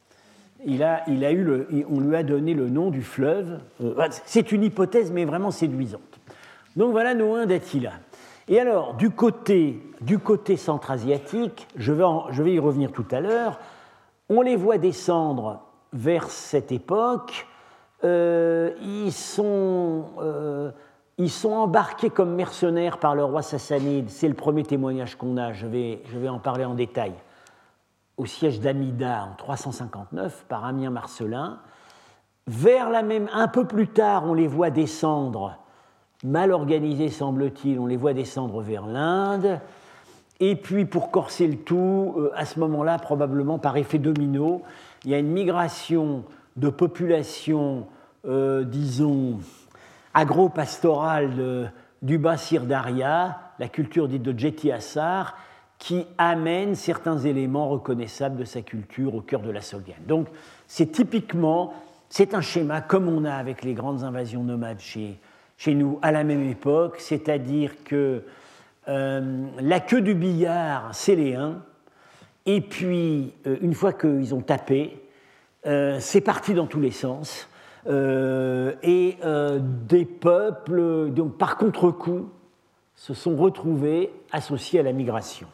On lui a donné le nom du fleuve. C'est une hypothèse, mais vraiment séduisante. Donc voilà nos Huns d'Attila. Et alors, du côté centra-asiatique, je vais y revenir tout à l'heure, on les voit descendre vers cette époque. Ils sont embarqués comme mercenaires par le roi sassanide. C'est le premier témoignage qu'on a, je vais en parler en détail. Au siège d'Amida en 359 par Ammien Marcellin. Un peu plus tard, on les voit descendre, mal organisés semble-t-il, on les voit descendre vers l'Inde. Et puis, pour corser le tout, à ce moment-là, probablement par effet domino, il y a une migration de population, disons, agro-pastorale du bas Sirdaria, la culture dite de Jeti Assar, qui amène certains éléments reconnaissables de sa culture au cœur de la Solgane. Donc, c'est un schéma comme on a avec les grandes invasions nomades chez nous à la même époque, c'est-à-dire que la queue du billard, c'est les Huns, et puis, une fois qu'ils ont tapé, c'est parti dans tous les sens, et des peuples, donc, par contre-coup, se sont retrouvés associés à la migration.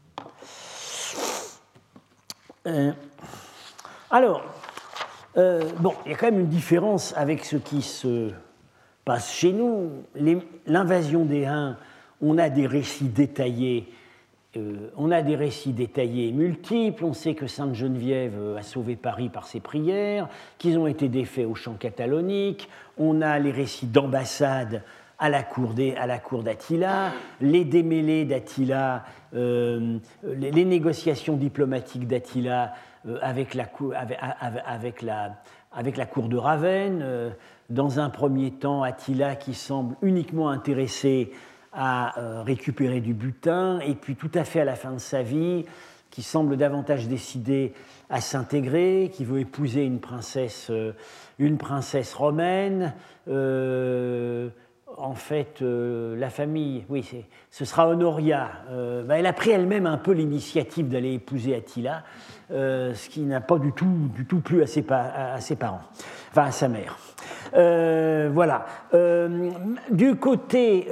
Alors, il y a quand même une différence avec ce qui se passe chez nous. L'invasion des Huns, on a des récits détaillés. Multiples. On sait que Sainte Geneviève a sauvé Paris par ses prières, qu'ils ont été défaits au champ catalonique. On a les récits d'ambassade à la cour d'Attila, les démêlés d'Attila, les négociations diplomatiques d'Attila avec avec la cour de Ravenne. Dans un premier temps, Attila qui semble uniquement intéressé à récupérer du butin, et puis tout à fait à la fin de sa vie, qui semble davantage décidé à s'intégrer, qui veut épouser une princesse romaine. En fait, la famille, oui, ce sera Honoria. Elle a pris elle-même un peu l'initiative d'aller épouser Attila, ce qui n'a pas du tout plu à ses parents, enfin à sa mère. Voilà. Du côté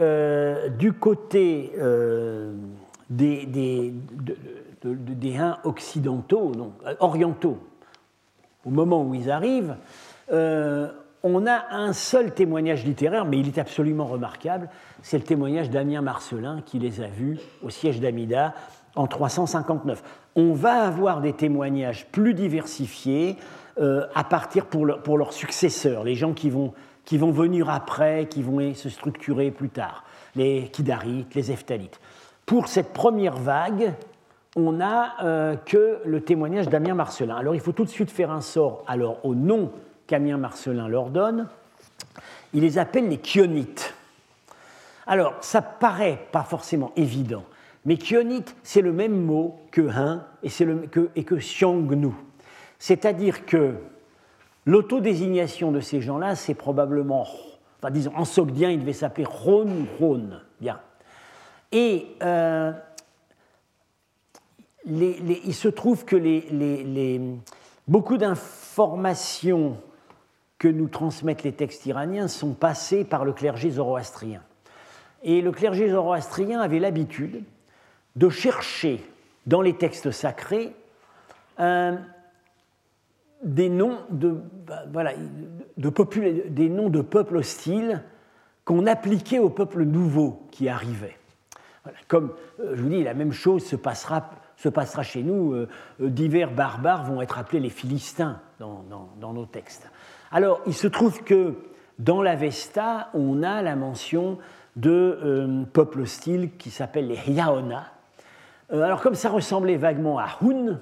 des Huns occidentaux, non, orientaux, au moment où ils arrivent, on a un seul témoignage littéraire, mais il est absolument remarquable, c'est le témoignage d'Amien Marcellin qui les a vus au siège d'Amida en 359. On va avoir des témoignages plus diversifiés à partir pour leurs successeurs, les gens qui vont venir après, qui vont se structurer plus tard, les Kidarites, les Hephthalites. Pour cette première vague, on n'a que le témoignage d'Amien Marcellin. Alors il faut tout de suite faire un sort au nom qu'Amien Marcellin leur donne. Il les appelle les Chionites. Alors ça paraît pas forcément évident, mais Chionite, c'est le même mot que Hun et que Xiongnu. C'est-à-dire que l'autodésignation de ces gens-là, c'est probablement, enfin disons, en sogdien, il devait s'appeler Ron ou Ron. Bien. Et il se trouve que beaucoup d'informations que nous transmettent les textes iraniens sont passées par le clergé zoroastrien. Et le clergé zoroastrien avait l'habitude de chercher dans les textes sacrés des noms des noms de peuples hostiles qu'on appliquait aux peuples nouveaux qui arrivaient. Voilà, comme je vous dis, la même chose se passera chez nous. Divers barbares vont être appelés les Philistins dans nos textes. Alors, il se trouve que dans l'Avesta, on a la mention de peuples hostiles qui s'appellent les Hyaona. Alors, comme ça ressemblait vaguement à Hun,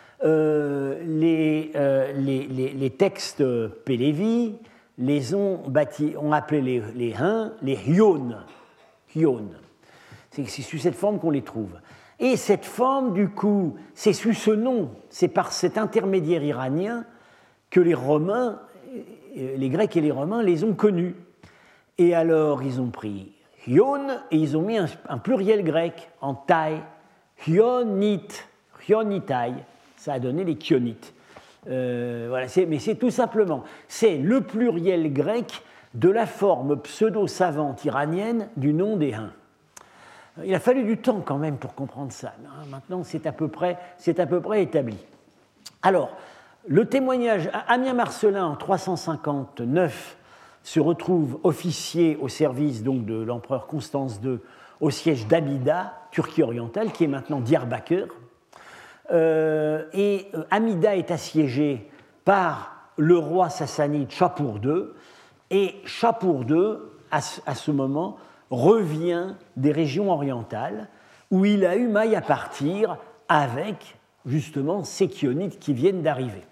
les textes Pélévi ont appelé les Huns les Hyon. C'est sous cette forme qu'on les trouve. Et cette forme, du coup, c'est sous ce nom, c'est par cet intermédiaire iranien que les Romains, les Grecs et les Romains les ont connus. Et alors, ils ont pris Hyon et ils ont mis un pluriel grec en taille, Hyonitai. Ça a donné les Chionites. Voilà, mais c'est tout simplement, c'est le pluriel grec de la forme pseudo-savante iranienne du nom des Huns. Il a fallu du temps quand même pour comprendre ça. Maintenant, c'est à peu près établi. Alors, le témoignage, Amien Marcellin en 359 se retrouve officier au service donc de l'empereur Constance II au siège d'Amida, Turquie orientale, qui est maintenant Diyarbakır. Et Amida est assiégée par le roi sassanide Shapur II, et Shapur II, à ce moment, revient des régions orientales, où il a eu maille à partir avec, justement, ces Chionites qui viennent d'arriver.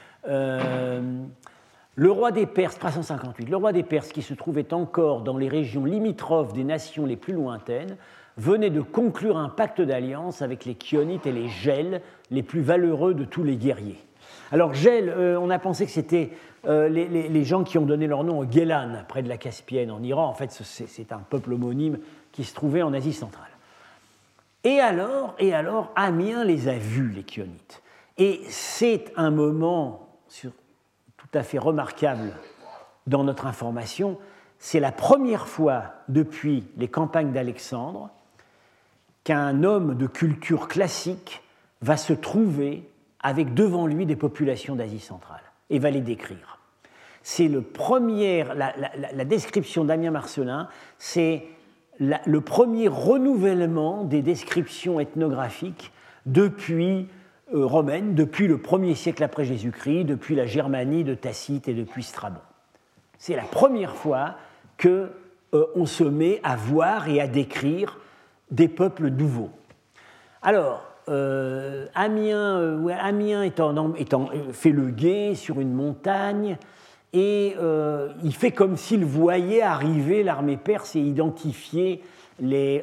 Le roi des Perses, 358, le roi des Perses, qui se trouvait encore dans les régions limitrophes des nations les plus lointaines, venait de conclure un pacte d'alliance avec les Chionites et les Gels, les plus valeureux de tous les guerriers. Alors Gel, on a pensé que c'était les gens qui ont donné leur nom au Gélan, près de la Caspienne, en Iran. En fait, c'est un peuple homonyme qui se trouvait en Asie centrale. Et alors, Amien les a vus, les Chionites. Et c'est un moment tout à fait remarquable dans notre information. C'est la première fois depuis les campagnes d'Alexandre qu'un homme de culture classique va se trouver avec devant lui des populations d'Asie centrale et va les décrire. C'est la description d'Amien Marcellin, c'est le premier renouvellement des descriptions ethnographiques depuis romaines, depuis le 1er siècle après Jésus-Christ, depuis la Germanie de Tacite et depuis Strabon. C'est la première fois qu'on se met à voir et à décrire des peuples nouveaux. Alors, Amiens fait le guet sur une montagne et il fait comme s'il voyait arriver l'armée perse et identifier les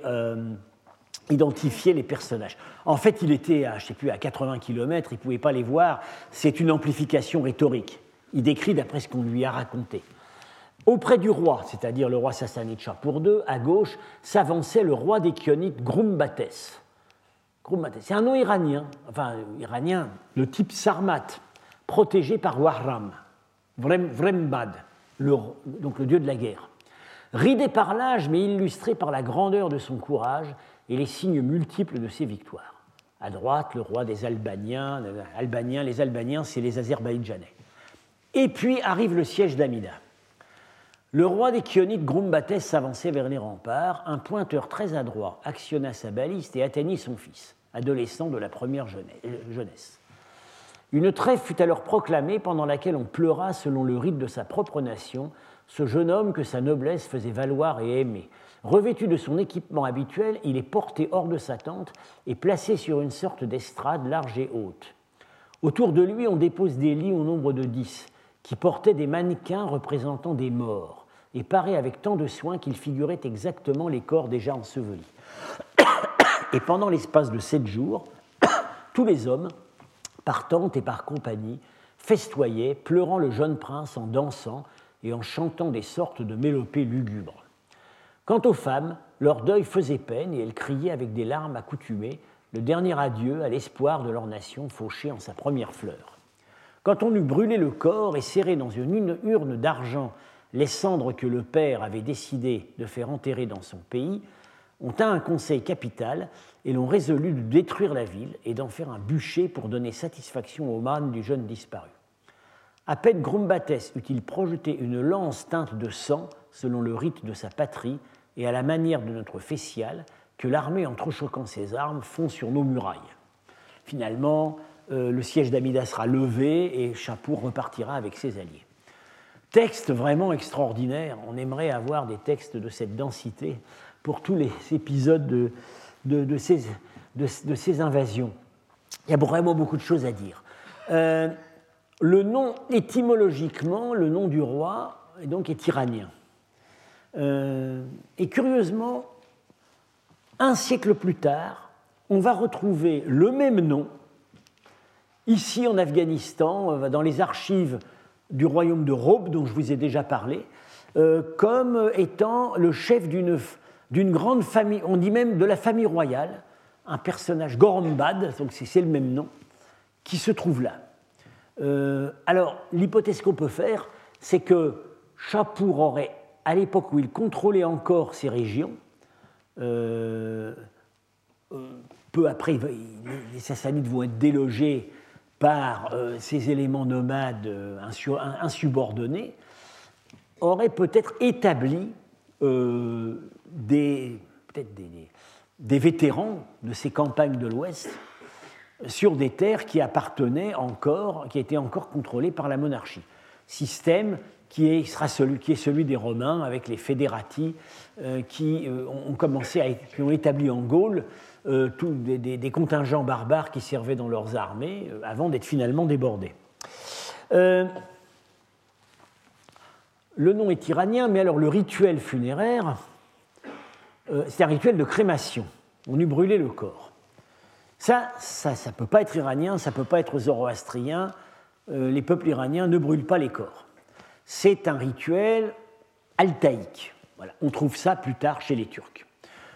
personnages. En fait, il était à 80 km, il ne pouvait pas les voir. C'est une amplification rhétorique. Il décrit d'après ce qu'on lui a raconté. Auprès du roi, c'est-à-dire le roi sassanide Shapur II, à gauche, s'avançait le roi des Chionites Grumbates. C'est un nom iranien, de type Sarmat, protégé par Wahram, Vrembad, donc le dieu de la guerre. Ridé par l'âge, mais illustré par la grandeur de son courage et les signes multiples de ses victoires. À droite, le roi des Albaniens. Les Albaniens, c'est les Azerbaïdjanais. Et puis arrive le siège d'Amida. Le roi des Chionites Grumbates s'avançait vers les remparts. Un pointeur très adroit actionna sa baliste et atteignit son fils, adolescent de la première jeunesse. Une trêve fut alors proclamée pendant laquelle on pleura selon le rite de sa propre nation ce jeune homme que sa noblesse faisait valoir et aimer. Revêtu de son équipement habituel, il est porté hors de sa tente et placé sur une sorte d'estrade large et haute. Autour de lui, on dépose des lits au nombre de 10, qui portaient des mannequins représentant des morts, et parés avec tant de soin qu'ils figuraient exactement les corps déjà ensevelis. Et pendant l'espace de 7 jours, tous les hommes, par tente et par compagnie, festoyaient, pleurant le jeune prince en dansant et en chantant des sortes de mélopées lugubres. Quant aux femmes, leur deuil faisait peine et elles criaient avec des larmes accoutumées le dernier adieu à l'espoir de leur nation fauchée en sa première fleur. Quand on eut brûlé le corps et serré dans une urne d'argent les cendres que le père avait décidé de faire enterrer dans son pays, on tint un conseil capital et l'on résolut de détruire la ville et d'en faire un bûcher pour donner satisfaction aux mânes du jeune disparu. À peine Grumbates eut-il projeté une lance teinte de sang selon le rite de sa patrie et à la manière de notre fessial que l'armée, entrechoquant ses armes, fond sur nos murailles. Finalement, le siège d'Amida sera levé et Shapur repartira avec ses alliés. Texte vraiment extraordinaire. On aimerait avoir des textes de cette densité pour tous les épisodes de ces invasions. Il y a vraiment beaucoup de choses à dire. Le nom, étymologiquement, le nom du roi est iranien. Et curieusement, un siècle plus tard, on va retrouver le même nom, ici en Afghanistan, dans les archives du royaume de Robe, dont je vous ai déjà parlé, comme étant le chef d'une grande famille, on dit même de la famille royale, un personnage, Gorambad, donc c'est le même nom, qui se trouve là. Alors, l'hypothèse qu'on peut faire, c'est que Shapur aurait, à l'époque où il contrôlait encore ces régions, peu après, les Sassanides vont être délogés par ces éléments nomades insubordonnés, aurait peut-être établi des vétérans de ces campagnes de l'Ouest sur des terres qui étaient encore contrôlées par la monarchie. Système qui est celui des Romains avec les fédérati qui ont établi en Gaule des contingents barbares qui servaient dans leurs armées avant d'être finalement débordés. Le nom est iranien, mais alors le rituel funéraire, c'est un rituel de crémation. On eût brûlé le corps. Ça ne peut pas être iranien, ça ne peut pas être zoroastrien. Les peuples iraniens ne brûlent pas les corps. C'est un rituel altaïque. Voilà. On trouve ça plus tard chez les Turcs.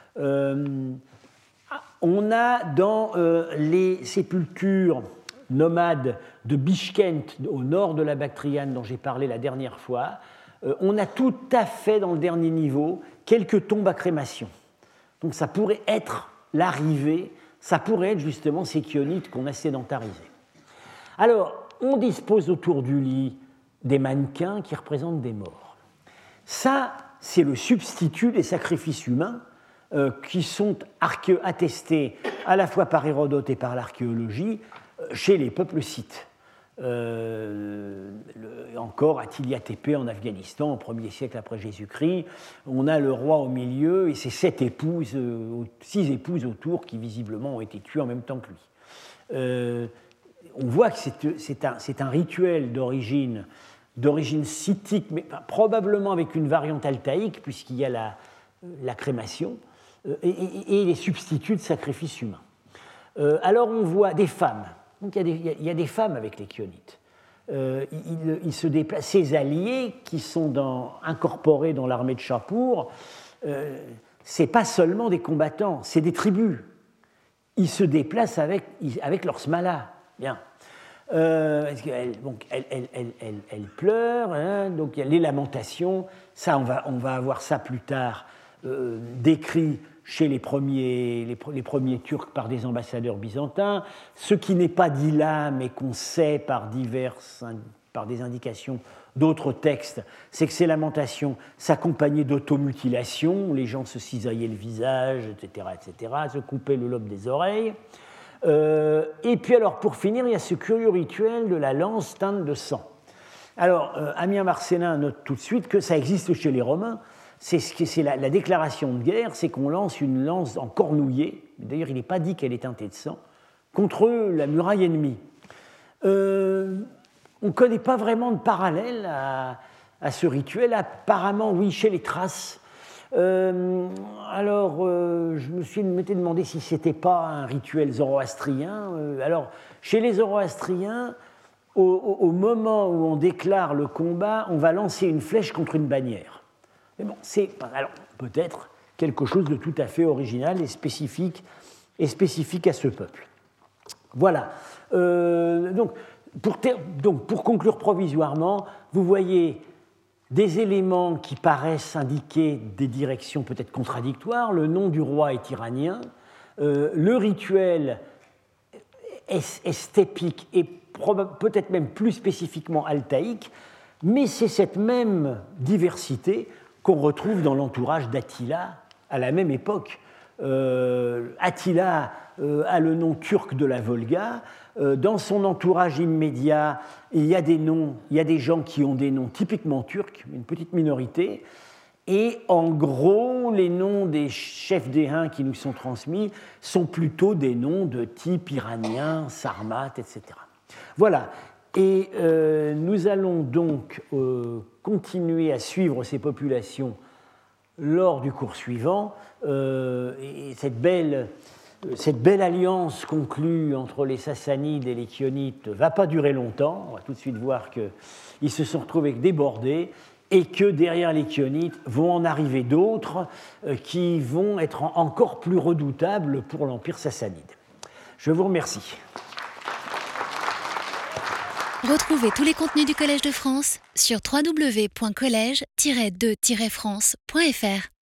On a dans les sépultures nomades de Bishkent, au nord de la Bactriane, dont j'ai parlé la dernière fois, on a tout à fait dans le dernier niveau quelques tombes à crémation. Donc ça pourrait être l'arrivée, ça pourrait être justement ces chionites qu'on a sédentarisés. Alors, on dispose autour du lit des mannequins qui représentent des morts. Ça, c'est le substitut des sacrifices humains qui sont attestés à la fois par Hérodote et par l'archéologie chez les peuples scythes. Encore à Tilla Tepe en Afghanistan, au 1er siècle après Jésus-Christ, on a le roi au milieu et ses 6 épouses autour qui visiblement ont été tuées en même temps que lui. On voit que c'est un rituel d'origine scythique, mais probablement avec une variante altaïque, puisqu'il y a la crémation et les substituts de sacrifices humains. Alors on voit des femmes. Donc il y a des femmes avec les Chionites. Ils se déplacent. Ces alliés qui sont incorporés dans l'armée de Shapur, ce n'est pas seulement des combattants, c'est des tribus. Ils se déplacent avec leur smala. Bien. Elle pleure, hein, donc il y a les lamentations. Ça, on va avoir ça plus tard décrit chez les premiers Turcs par des ambassadeurs byzantins. Ce qui n'est pas dit là, mais qu'on sait par des indications d'autres textes, c'est que ces lamentations s'accompagnaient d'automutilations, les gens se cisaillaient le visage, etc., se coupaient le lobe des oreilles. Et puis alors, pour finir, il y a ce curieux rituel de la lance teinte de sang. Alors, Ammien Marcellin note tout de suite que ça existe chez les Romains. C'est la déclaration de guerre, c'est qu'on lance une lance en cornouillé, d'ailleurs il n'est pas dit qu'elle est teintée de sang, contre la muraille ennemie. On ne connaît pas vraiment de parallèle à ce rituel, apparemment oui, chez les Thraces. Je m'étais demandé si ce n'était pas un rituel zoroastrien. Alors, chez les zoroastriens, au moment où on déclare le combat, on va lancer une flèche contre une bannière. Mais bon, c'est alors peut-être quelque chose de tout à fait original et spécifique à ce peuple. Voilà. Donc, pour conclure provisoirement, vous voyez des éléments qui paraissent indiquer des directions peut-être contradictoires. Le nom du roi est iranien. Le rituel est stépique et peut-être même plus spécifiquement altaïque, mais c'est cette même diversité qu'on retrouve dans l'entourage d'Attila à la même époque. Attila a le nom turc de la Volga. Dans son entourage immédiat, il y a des gens qui ont des noms typiquement turcs, une petite minorité. Et en gros, les noms des chefs des Huns qui nous sont transmis sont plutôt des noms de type iranien, sarmate, etc. Voilà. Et nous allons donc continuer à suivre ces populations lors du cours suivant. Et cette belle alliance conclue entre les Sassanides et les Chionites ne va pas durer longtemps. On va tout de suite voir qu'ils se sont retrouvés débordés et que derrière les Chionites vont en arriver d'autres qui vont être encore plus redoutables pour l'Empire sassanide. Je vous remercie. Retrouvez tous les contenus du Collège de France sur www.collège-2-france.fr.